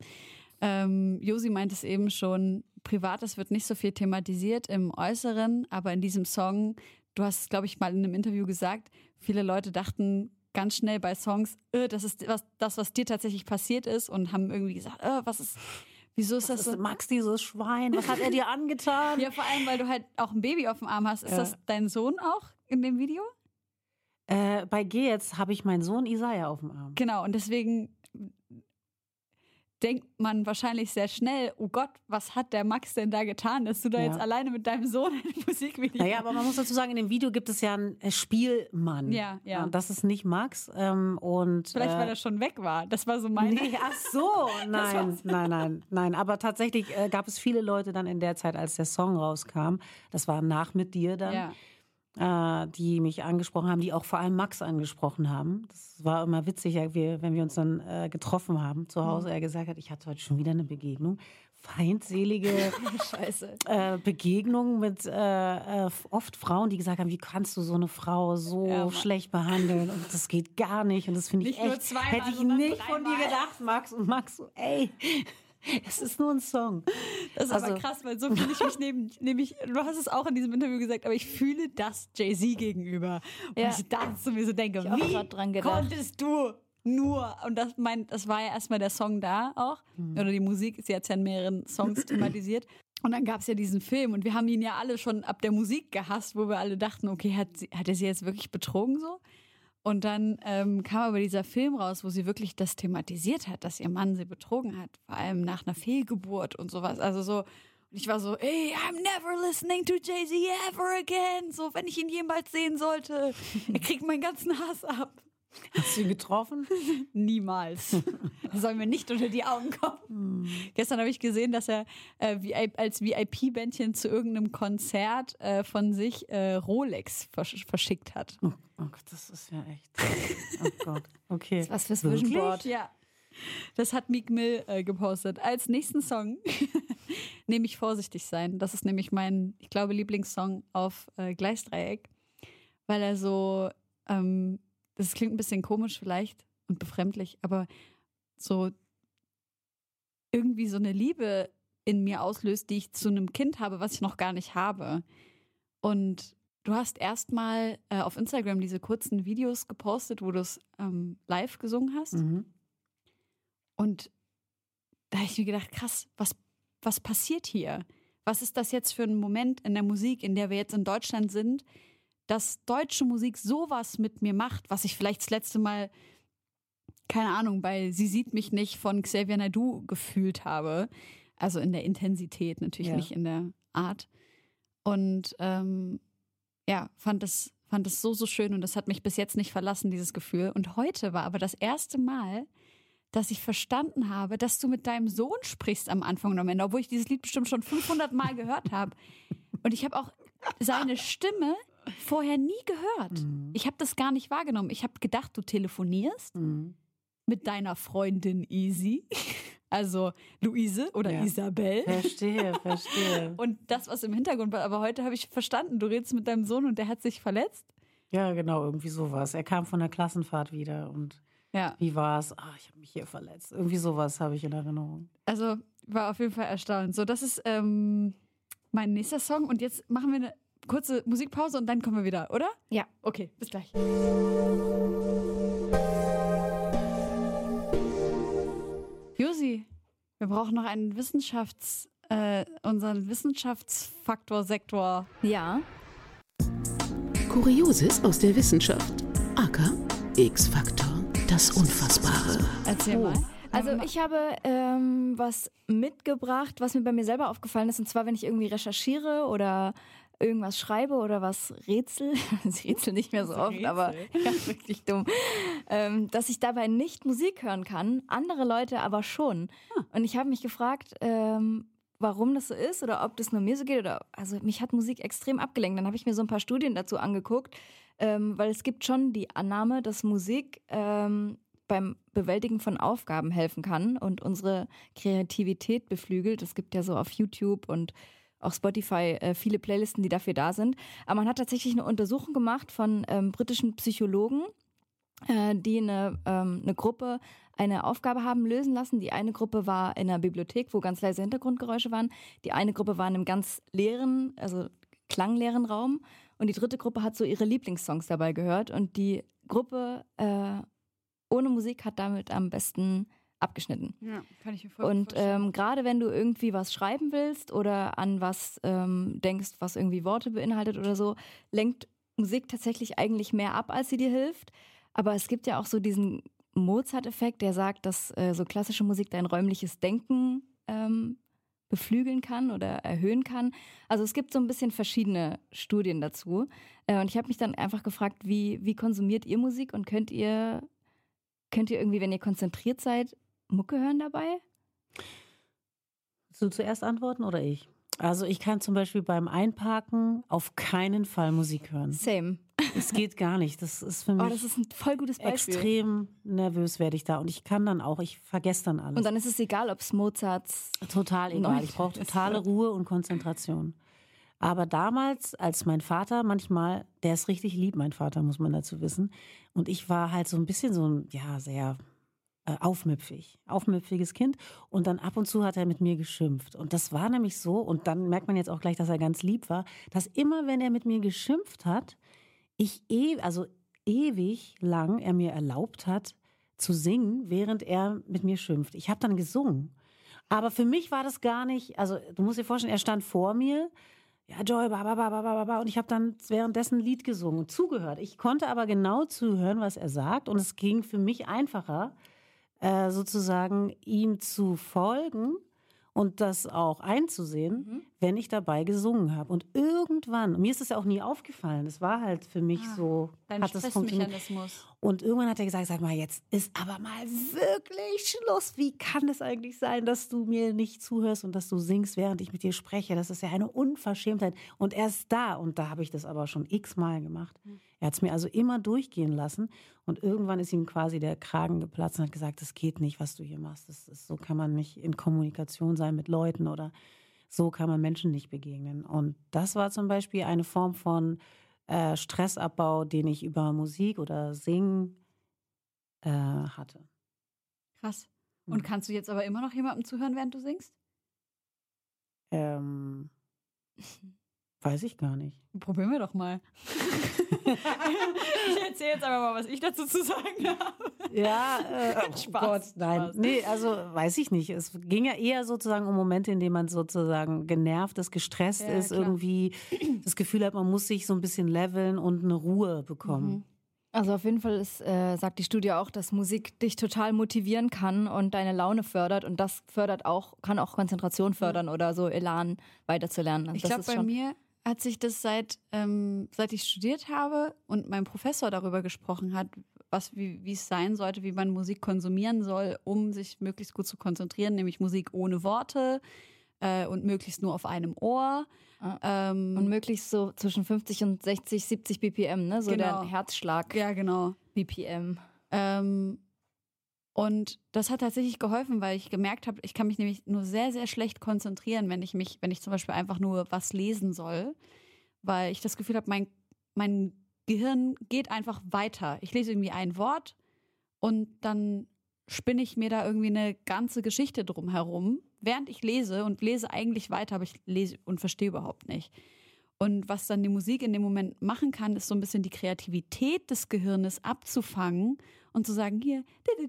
S1: Ähm, Josi meint es eben schon, Privates wird nicht so viel thematisiert im Äußeren, aber in diesem Song, du hast es, glaube ich, mal in einem Interview gesagt, viele Leute dachten ganz schnell bei Songs, äh, das ist was, das, was dir tatsächlich passiert ist und haben irgendwie gesagt, äh, was ist, wieso ist das
S3: Das
S1: so?
S3: ist Max, dieses Schwein, was hat er dir angetan?
S1: Ja, vor allem, weil du halt auch ein Baby auf dem Arm hast. Ist
S3: Ja.
S1: das dein Sohn auch in dem Video?
S3: Äh, bei Geh jetzt habe ich meinen Sohn Isaiah auf dem Arm.
S1: Genau, und deswegen denkt man wahrscheinlich sehr schnell, oh Gott, was hat der Max denn da getan, dass du da
S3: Ja.
S1: jetzt alleine mit deinem Sohn ein Musikvideo
S3: Naja, aber man muss dazu sagen, in dem Video gibt es ja einen äh, Spielmann.
S1: Ja, ja.
S3: Und das ist nicht Max. Ähm, und,
S1: Vielleicht,
S3: äh,
S1: weil er schon weg war. Das war so meine...
S3: Nee, ach so, nein, nein, nein, nein. Aber tatsächlich äh, gab es viele Leute dann in der Zeit, als der Song rauskam. Das war nach mit dir dann.
S1: Ja.
S3: äh, die mich angesprochen haben, die auch vor allem Max angesprochen haben. Das war immer witzig, ja, wir, wenn wir uns dann äh, getroffen haben zu Hause. Mhm. Er gesagt hat, ich hatte heute schon wieder eine Begegnung. Feindselige
S4: Scheiße.
S3: Äh, Begegnungen mit äh, äh, oft Frauen, die gesagt haben, wie kannst du so eine Frau so ja, schlecht behandeln und das geht gar nicht und das finde ich
S1: nicht
S3: echt, zweimal, hätte ich nicht von dir gedacht, Max. Und Max so, ey, es ist nur ein Song.
S1: Das ist also, aber krass, weil so fühle ich mich neben, nämlich, du hast es auch in diesem Interview gesagt, aber ich fühle das Jay-Z gegenüber. Und ja. ich da zu mir so denke, ich wie dran konntest du nur, und das mein, das war ja erstmal der Song da auch, mhm. oder die Musik, sie hat es ja in mehreren Songs thematisiert. Und dann gab es ja diesen Film und wir haben ihn ja alle schon ab der Musik gehasst, wo wir alle dachten, okay, hat, sie, hat er sie jetzt wirklich betrogen so? Und dann ähm, kam aber dieser Film raus, wo sie wirklich das thematisiert hat, dass ihr Mann sie betrogen hat, vor allem nach einer Fehlgeburt und sowas. Also so, und ich war so, ey, I'm never listening to Jay-Z ever again. So, wenn ich ihn jemals sehen sollte, er kriegt meinen ganzen Hass ab.
S3: Hast du ihn getroffen?
S1: Niemals. Das soll mir nicht unter die Augen kommen. Hm. Gestern habe ich gesehen, dass er äh, als V I P-Bändchen zu irgendeinem Konzert äh, von sich äh, Rolex versch- verschickt hat.
S3: Oh, oh Gott, das ist ja echt. Oh Gott. Okay.
S4: Das ist was fürs Vision Board.
S1: Ja. Das hat Meek Mill äh, gepostet. Als nächsten Song nehme ich Vorsichtig sein. Das ist nämlich mein, ich glaube, Lieblingssong auf äh, Gleisdreieck, weil er so ähm, das klingt ein bisschen komisch vielleicht und befremdlich, aber so irgendwie so eine Liebe in mir auslöst, die ich zu einem Kind habe, was ich noch gar nicht habe. Und du hast erstmal äh, auf Instagram diese kurzen Videos gepostet, wo du es ähm, live gesungen hast. Mhm. Und da habe ich mir gedacht, krass, was, was passiert hier? Was ist das jetzt für ein Moment in der Musik, in der wir jetzt in Deutschland sind, dass deutsche Musik sowas mit mir macht, was ich vielleicht das letzte Mal, keine Ahnung, bei Sie sieht mich nicht von Xavier Naidoo gefühlt habe. Also in der Intensität, natürlich ja. nicht in der Art. Und ähm, ja, fand es fand es so, so schön und das hat mich bis jetzt nicht verlassen, dieses Gefühl. Und heute war aber das erste Mal, dass ich verstanden habe, dass du mit deinem Sohn sprichst am Anfang und am Ende, obwohl ich dieses Lied bestimmt schon fünfhundert Mal gehört habe. Und ich habe auch seine Stimme vorher nie gehört. Mhm. Ich habe das gar nicht wahrgenommen. Ich habe gedacht, du telefonierst mhm. mit deiner Freundin Easy, also Luise oder ja. Isabel.
S3: Verstehe, verstehe.
S1: Und das, was im Hintergrund war. Aber heute habe ich verstanden, du redest mit deinem Sohn und der hat sich verletzt.
S3: Ja, genau, irgendwie sowas. Er kam von der Klassenfahrt wieder und ja. wie war es? Ah, ich habe mich hier verletzt. Irgendwie sowas habe ich in Erinnerung.
S1: Also war auf jeden Fall erstaunt. So, das ist ähm, mein nächster Song und jetzt machen wir eine kurze Musikpause und dann kommen wir wieder, oder?
S4: Ja.
S1: Okay, bis gleich. Josi, wir brauchen noch einen Wissenschafts, äh, unseren Wissenschaftsfaktor-Sektor.
S4: Ja.
S5: Kurioses aus der Wissenschaft. aka X-Faktor, das Unfassbare.
S1: Erzähl
S4: oh.
S1: mal.
S4: Also ich habe ähm, was mitgebracht, was mir bei mir selber aufgefallen ist. Und zwar, wenn ich irgendwie recherchiere oder irgendwas schreibe oder was rätsel, ich rätsel nicht mehr so oft, Rätsel. aber ja, wirklich dumm, ähm, dass ich dabei nicht Musik hören kann, andere Leute aber schon. Hm. Und ich habe mich gefragt, ähm, warum das so ist oder ob das nur mir so geht. Oder also mich hat Musik extrem abgelenkt. Dann habe ich mir so ein paar Studien dazu angeguckt, ähm, weil es gibt schon die Annahme, dass Musik ähm, beim Bewältigen von Aufgaben helfen kann und unsere Kreativität beflügelt. Es gibt ja so auf YouTube und auch Spotify äh, viele Playlisten, die dafür da sind. Aber man hat tatsächlich eine Untersuchung gemacht von ähm, britischen Psychologen, äh, die eine, ähm, eine Gruppe eine Aufgabe haben lösen lassen. Die eine Gruppe war in einer Bibliothek, wo ganz leise Hintergrundgeräusche waren. Die eine Gruppe war in einem ganz leeren, also klangleeren Raum. Und die dritte Gruppe hat so ihre Lieblingssongs dabei gehört. Und die Gruppe äh, ohne Musik hat damit am besten abgeschnitten.
S1: Ja, kann ich mir voll
S4: Und
S1: vorstellen.
S4: ähm, gerade wenn du irgendwie was schreiben willst oder an was ähm, denkst, was irgendwie Worte beinhaltet oder so, lenkt Musik tatsächlich eigentlich mehr ab, als sie dir hilft. Aber es gibt ja auch so diesen Mozart-Effekt, der sagt, dass äh, so klassische Musik dein räumliches Denken ähm, beflügeln kann oder erhöhen kann. Also es gibt so ein bisschen verschiedene Studien dazu. Äh, und ich habe mich dann einfach gefragt, wie, wie konsumiert ihr Musik und könnt ihr, könnt ihr irgendwie, wenn ihr konzentriert seid, Mucke hören dabei?
S3: Willst du zuerst antworten oder ich? Also ich kann zum Beispiel beim Einparken auf keinen Fall Musik hören.
S4: Same.
S3: Es geht gar nicht. Das ist für mich
S4: Oh, das ist ein voll gutes Beispiel.
S3: extrem nervös werde ich da. Und ich kann dann auch, ich vergesse dann alles.
S4: Und dann ist es egal, ob es Mozarts...
S3: Total egal. Ich brauche totale Ruhe und Konzentration. Aber damals, als mein Vater manchmal, der ist richtig lieb, mein Vater, muss man dazu wissen. Und ich war halt so ein bisschen so ein, ja, sehr äh, aufmüpfig, aufmüpfiges Kind. Und dann ab und zu hat er mit mir geschimpft. Und das war nämlich so, und dann merkt man jetzt auch gleich, dass er ganz lieb war, dass immer, wenn er mit mir geschimpft hat, ich eh, also ewig lang er mir erlaubt hat, zu singen, während er mit mir schimpft. Ich habe dann gesungen. Aber für mich war das gar nicht, also du musst dir vorstellen, er stand vor mir, ja, Joy, ba, ba, ba, ba, ba, ba, und ich habe dann währenddessen ein Lied gesungen und zugehört. Ich konnte aber genau zuhören, was er sagt, und es ging für mich einfacher, äh, sozusagen ihm zu folgen und das auch einzusehen, mhm. wenn ich dabei gesungen habe. Und irgendwann, mir ist es ja auch nie aufgefallen, das war halt für mich ah, so,
S1: dein
S3: hat das funktioniert. Und irgendwann hat er gesagt, sag mal, jetzt ist aber mal wirklich Schluss. Wie kann es eigentlich sein, dass du mir nicht zuhörst und dass du singst, während ich mit dir spreche? Das ist ja eine Unverschämtheit. Und er ist da, und da habe ich das aber schon x-mal gemacht. Mhm. Er hat es mir also immer durchgehen lassen, und irgendwann ist ihm quasi der Kragen geplatzt und hat gesagt, das geht nicht, was du hier machst. Das ist, so kann man nicht in Kommunikation sein mit Leuten, oder so kann man Menschen nicht begegnen. Und das war zum Beispiel eine Form von äh, Stressabbau, den ich über Musik oder Singen äh, hatte.
S1: Krass. Und kannst du jetzt aber immer noch jemandem zuhören, während du singst?
S3: Ähm, weiß ich gar nicht.
S1: Probieren wir doch mal. Ich erzähle jetzt aber mal, was ich dazu zu sagen habe.
S3: Ja, äh, oh
S1: Spaß,
S3: Gott, nein.
S1: Spaß.
S3: Nee, also weiß ich nicht. Es ging ja eher sozusagen um Momente, in denen man sozusagen genervt ist, gestresst
S1: Ja,
S3: ist,
S1: klar.
S3: irgendwie das Gefühl hat, man muss sich so ein bisschen leveln und eine Ruhe bekommen.
S4: Mhm. Also auf jeden Fall ist, äh, sagt die Studie auch, dass Musik dich total motivieren kann und deine Laune fördert, und das fördert auch, kann auch Konzentration fördern mhm. oder so Elan weiterzulernen. Also
S1: ich
S4: das
S1: glaube,
S4: ist
S1: bei
S4: schon
S1: mir hat sich das seit, ähm, seit ich studiert habe und mein Professor darüber gesprochen hat, was, wie, wie es sein sollte, wie man Musik konsumieren soll, um sich möglichst gut zu konzentrieren, nämlich Musik ohne Worte äh, und möglichst nur auf einem Ohr.
S4: Ah.
S1: Ähm,
S4: und möglichst so zwischen fünfzig und sechzig, siebzig B P M, ne? So
S1: Genau.
S4: der Herzschlag
S1: ja, genau.
S4: B P M.
S1: Ähm, und das hat tatsächlich geholfen, weil ich gemerkt habe, ich kann mich nämlich nur sehr, sehr schlecht konzentrieren, wenn ich mich, wenn ich zum Beispiel einfach nur was lesen soll, weil ich das Gefühl habe, mein, mein Gehirn geht einfach weiter. Ich lese irgendwie ein Wort und dann spinne ich mir da irgendwie eine ganze Geschichte drum herum, während ich lese und lese eigentlich weiter, aber ich lese und verstehe überhaupt nicht. Und was dann die Musik in dem Moment machen kann, ist so ein bisschen die Kreativität des Gehirnes abzufangen und zu sagen, hier,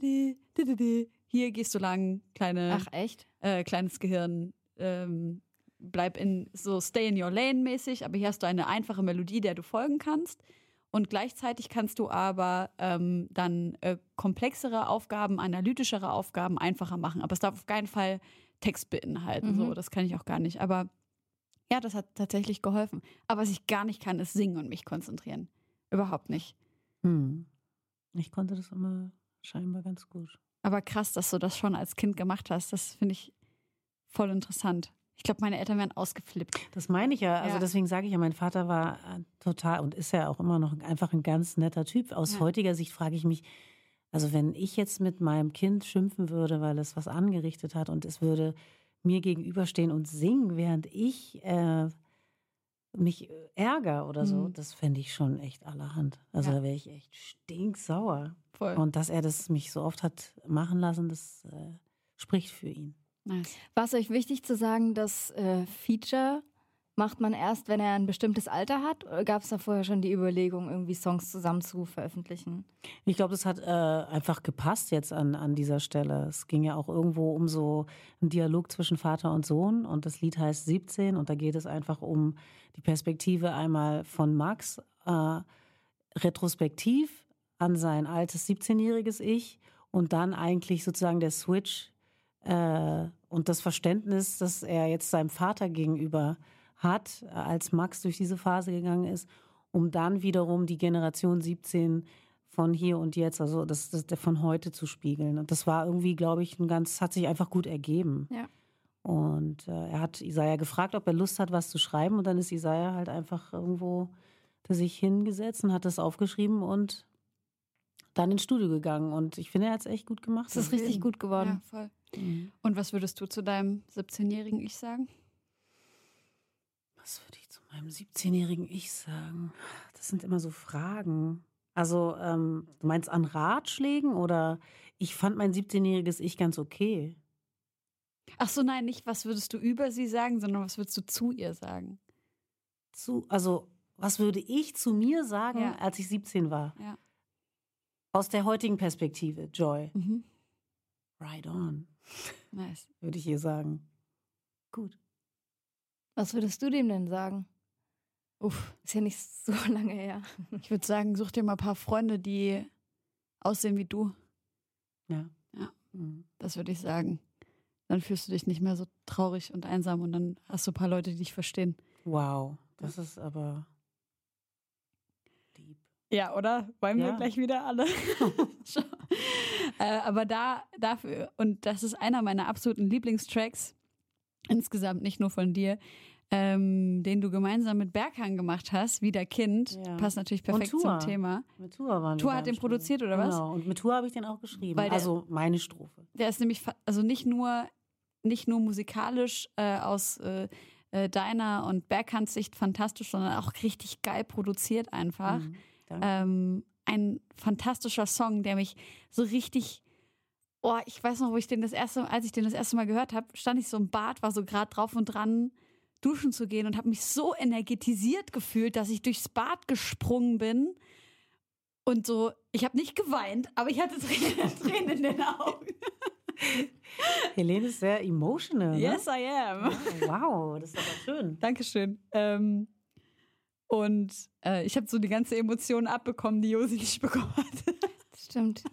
S1: hier gehst du lang, kleine,
S4: Ach echt?
S1: äh, kleines Gehirn, ähm, bleib in so stay in your lane mäßig, aber hier hast du eine einfache Melodie, der du folgen kannst. Und gleichzeitig kannst du aber ähm, dann äh, komplexere Aufgaben, analytischere Aufgaben einfacher machen. Aber es darf auf keinen Fall Text beinhalten.
S4: Mhm.
S1: So, das kann ich auch gar nicht. Aber ja, das hat tatsächlich geholfen. Aber was ich gar nicht kann, ist singen und mich konzentrieren. Überhaupt nicht.
S3: Hm. Ich konnte das immer scheinbar ganz gut.
S1: Aber krass, dass du das schon als Kind gemacht hast. Das finde ich voll interessant. Ich glaube, meine Eltern wären ausgeflippt.
S3: Das meine ich ja. Also
S1: Ja.
S3: deswegen sage ich ja, mein Vater war äh, total und ist ja auch immer noch einfach ein ganz netter Typ. Aus
S1: Ja.
S3: heutiger Sicht frage ich mich, also wenn ich jetzt mit meinem Kind schimpfen würde, weil es was angerichtet hat und es würde mir gegenüberstehen und singen, während ich äh, mich ärgere oder so,
S1: Mhm.
S3: das fände ich schon echt allerhand. Also
S1: Ja.
S3: da wäre ich echt stinksauer.
S1: Voll.
S3: Und dass er das mich so oft hat machen lassen, das äh, spricht für ihn.
S1: Nice.
S4: War es euch wichtig zu sagen, dass äh, Feature macht man erst, wenn er ein bestimmtes Alter hat? Oder gab es da vorher schon die Überlegung, irgendwie Songs zusammen zu veröffentlichen?
S3: Ich glaube, das hat äh, einfach gepasst jetzt an, an dieser Stelle. Es ging ja auch irgendwo um so einen Dialog zwischen Vater und Sohn, und das Lied heißt siebzehn, und da geht es einfach um die Perspektive einmal von Max äh, retrospektiv an sein altes siebzehnjähriges Ich und dann eigentlich sozusagen der Switch äh, und das Verständnis, das er jetzt seinem Vater gegenüber hat, als Max durch diese Phase gegangen ist, um dann wiederum die Generation siebzehn von hier und jetzt, also das, das von heute zu spiegeln. Und das war irgendwie, glaube ich, ein ganz, hat sich einfach gut ergeben.
S1: Ja.
S3: Und äh, er hat Isaiah gefragt, ob er Lust hat, was zu schreiben. Und dann ist Isaiah halt einfach irgendwo da sich hingesetzt und hat das aufgeschrieben und dann ins Studio gegangen. Und ich finde, er hat es echt gut gemacht.
S4: Das ist richtig gut geworden.
S1: Ja, voll.
S3: Mhm.
S1: Und was würdest du zu deinem siebzehnjährigen Ich sagen?
S3: Was würde ich zu meinem siebzehnjährigen Ich sagen? Das sind immer so Fragen. Also, ähm, du meinst an Ratschlägen oder ich fand mein siebzehnjähriges Ich ganz okay.
S1: Ach so, nein, nicht was würdest du über sie sagen, sondern was würdest du zu ihr sagen?
S3: Zu, also, was würde ich zu mir sagen,
S1: Ja.
S3: als ich siebzehn war?
S1: Ja.
S3: Aus der heutigen Perspektive, Joy.
S1: Mhm.
S3: Right on,
S1: Nice.
S3: würde ich ihr sagen. Gut.
S4: Was würdest du dem denn sagen?
S1: Uff.
S4: Ist ja nicht so lange her.
S1: Ich würde sagen, such dir mal ein paar Freunde, die aussehen wie du.
S3: Ja.
S1: Ja.
S3: Mhm.
S1: Das würde ich sagen. Dann fühlst du dich nicht mehr so traurig und einsam und dann hast du ein paar Leute, die dich verstehen.
S3: Wow, das ist aber deep.
S1: Ja, oder? Wollen wir
S3: Ja.
S1: gleich wieder alle? Schau. äh, aber da, dafür, und das ist einer meiner absoluten Lieblingstracks, insgesamt nicht nur von dir, ähm, den du gemeinsam mit Berkan gemacht hast, Wieder Kind,
S3: Ja.
S1: passt natürlich
S3: Und
S1: perfekt zum
S3: Tua.
S1: Thema.
S3: Mit Tour waren wir
S1: Tua
S3: da
S1: hat
S3: im
S1: den
S3: Studio.
S1: produziert, oder was?
S3: Genau, und mit Tour habe ich den auch geschrieben.
S1: Weil der-
S3: Also meine Strophe.
S1: Der ist nämlich fa- also nicht nur nicht nur musikalisch äh, aus äh, äh, deiner und Berkans Sicht fantastisch, sondern auch richtig geil produziert einfach.
S3: Mhm. Danke.
S1: Ähm, ein fantastischer Song, der mich so richtig, oh, ich weiß noch, wo ich den das erste, als ich den das erste Mal gehört habe, stand ich so im Bad, war so gerade drauf und dran, duschen zu gehen und habe mich so energetisiert gefühlt, dass ich durchs Bad gesprungen bin und so, ich habe nicht geweint, aber ich hatte Tränen, Tränen in den Augen.
S3: Helene ist sehr emotional. Ne?
S1: Yes, I am.
S3: Wow, das ist aber schön.
S1: Dankeschön. Ähm, und äh, ich habe so die ganze Emotion abbekommen, die Josi nicht bekommen hat.
S4: Das stimmt.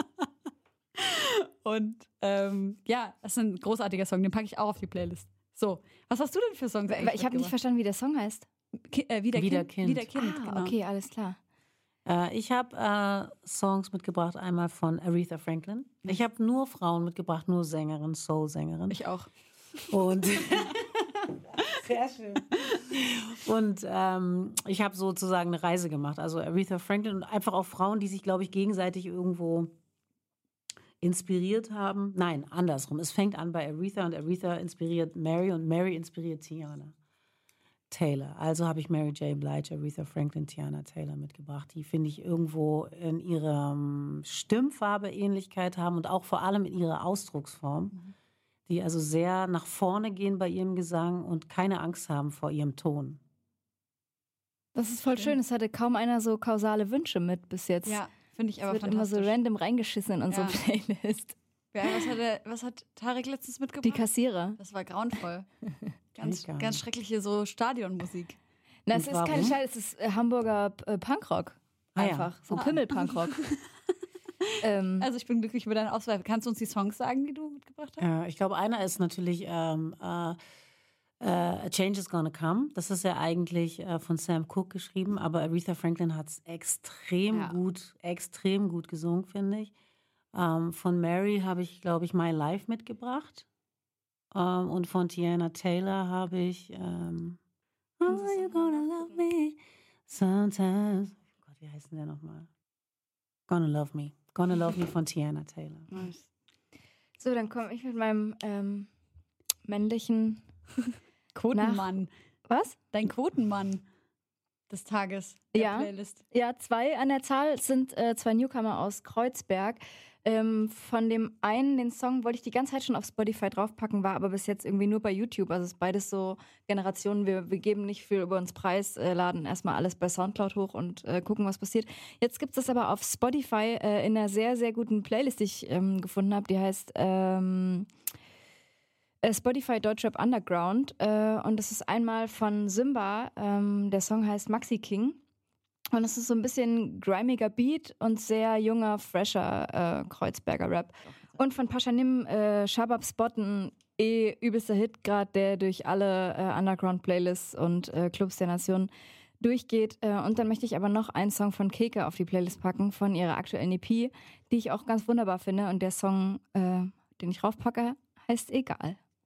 S1: Und ähm, ja, das ist ein großartiger Song, den packe ich auch auf die Playlist. So, was hast du denn für Songs?
S4: Weil ich habe nicht verstanden, wie der Song heißt.
S1: Ki äh, wieder,
S3: Wieder
S1: Kind.
S3: Kind.
S1: Wieder Kind,
S4: Ah,
S1: genau.
S4: okay, alles klar.
S3: Äh, ich habe äh, Songs mitgebracht, einmal von Aretha Franklin. Ich habe nur Frauen mitgebracht, nur Sängerin, Soul-Sängerin.
S1: Ich auch.
S3: Und sehr schön. Und ähm, ich habe sozusagen eine Reise gemacht. Also Aretha Franklin und einfach auch Frauen, die sich, glaube ich, gegenseitig irgendwo inspiriert haben. Nein, andersrum. Es fängt an bei Aretha und Aretha inspiriert Mary und Mary inspiriert Tiana Taylor. Also habe ich Mary J. Blige, Aretha Franklin, Tiana Taylor mitgebracht, die, finde ich, irgendwo in ihrer Stimmfarbe Ähnlichkeit haben und auch vor allem in ihrer Ausdrucksform, mhm. die also sehr nach vorne gehen bei ihrem Gesang und keine Angst haben vor ihrem Ton.
S4: Das ist voll schön. Es hatte kaum einer so kausale Wünsche mit bis jetzt.
S1: Ja, finde ich
S4: Es
S1: aber
S4: wird immer so
S1: fantastisch.
S4: random reingeschissen in unsere
S1: Ja.
S4: Playlist.
S1: Ja, was, hat er, was hat Tarek letztens mitgebracht?
S4: Die Kassierer.
S1: Das war grauenvoll. Ganz,
S3: ich gar
S1: ganz
S3: nicht.
S1: schreckliche so Stadionmusik.
S4: Na,
S3: Und
S4: es ist
S3: warum?
S4: keine Scheiße, es ist äh, Hamburger äh, Punkrock.
S3: Ah ja.
S4: Einfach. So Pimmel-Punkrock. ähm,
S1: Also ich bin glücklich über deine Auswahl. Kannst du uns die Songs sagen, die du mitgebracht hast?
S3: Äh, ich glaube, einer ist natürlich ähm, äh, äh, A Change is Gonna Come. Das ist ja eigentlich äh, von Sam Cooke geschrieben, aber Aretha Franklin hat es extrem
S1: Ja.
S3: gut, extrem gut gesungen, finde ich. Ähm, von Mary habe ich, glaube ich, My Life mitgebracht. Ähm, und von Tiana Taylor habe ich ähm, Oh, you're gonna love me sometimes. Oh Gott, wie heißt denn der nochmal? Gonna Love Me. Gonna Love Me von Tiana Taylor.
S1: Nice.
S4: so, dann komme ich mit meinem ähm, männlichen.
S1: Quotenmann.
S4: Was?
S1: Dein Quotenmann des Tages der
S4: Ja.
S1: Playlist.
S4: Ja, zwei an der Zahl. Es sind äh, zwei Newcomer aus Kreuzberg. Ähm, von dem einen, den Song, wollte ich die ganze Zeit schon auf Spotify draufpacken, war aber bis jetzt irgendwie nur bei YouTube. Also es ist beides so Generationen. Wir, wir geben nicht viel über uns preis, äh, laden erstmal alles bei Soundcloud hoch und äh, gucken, was passiert. Jetzt gibt es das aber auf Spotify äh, in einer sehr, sehr guten Playlist, die ich ähm, gefunden habe. Die heißt ähm, äh, Spotify Deutschrap Underground. Äh, und das ist einmal von Simba. Ähm, der Song heißt Maxi King. Und es ist so ein bisschen grimiger Beat und sehr junger, fresher äh, Kreuzberger Rap. Und von Paschanim, äh, Shabab Spotten, eh übelster Hit gerade, der durch alle äh, Underground-Playlists und äh, Clubs der Nation durchgeht. Äh, und dann möchte ich aber noch einen Song von Keke auf die Playlist packen, von ihrer aktuellen E P, die ich auch ganz wunderbar finde. Und der Song, äh, den ich raufpacke, heißt Egal.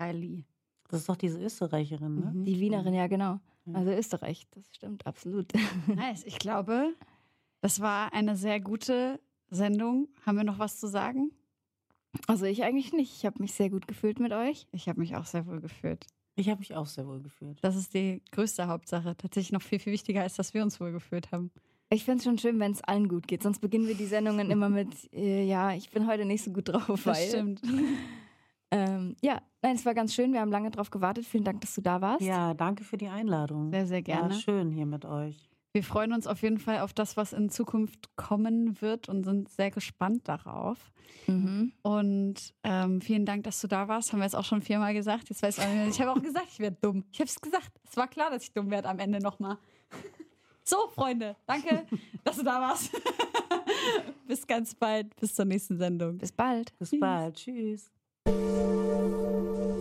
S1: Kylie.
S3: Das ist doch diese Österreicherin, ne?
S1: Mhm.
S4: Die Wienerin, ja genau. Also Österreich, das stimmt, absolut.
S1: Nice. Ich glaube, das war eine sehr gute Sendung. Haben wir noch was zu sagen?
S4: Also ich eigentlich nicht. Ich habe mich sehr gut gefühlt mit euch.
S1: Ich habe mich auch sehr wohl gefühlt.
S3: Ich habe mich auch sehr wohl gefühlt.
S1: Das ist die größte Hauptsache. Tatsächlich noch viel, viel wichtiger ist, dass wir uns wohl gefühlt haben.
S4: Ich finde es schon schön, wenn es allen gut geht. Sonst beginnen wir die Sendungen immer mit, äh, ja, ich bin heute nicht so gut drauf.
S1: Das
S4: weil,
S1: stimmt.
S4: Ähm, ja, nein, es war ganz schön. Wir haben lange drauf gewartet. Vielen Dank, dass du da warst.
S3: Ja, danke für die Einladung.
S1: Sehr, sehr gerne.
S3: War schön hier mit euch.
S1: Wir freuen uns auf jeden Fall auf das, was in Zukunft kommen wird und sind sehr gespannt darauf.
S4: Mhm.
S1: Und ähm, vielen Dank, dass du da warst. Haben wir jetzt auch schon viermal gesagt. Jetzt weiß ich auch nicht mehr. Ich habe auch gesagt, ich werde dumm. Ich habe es gesagt. Es war klar, dass ich dumm werde am Ende nochmal. So, Freunde, danke, dass du da warst. Bis ganz bald. Bis zur nächsten Sendung.
S4: Bis bald.
S3: Bis bald. Tschüss.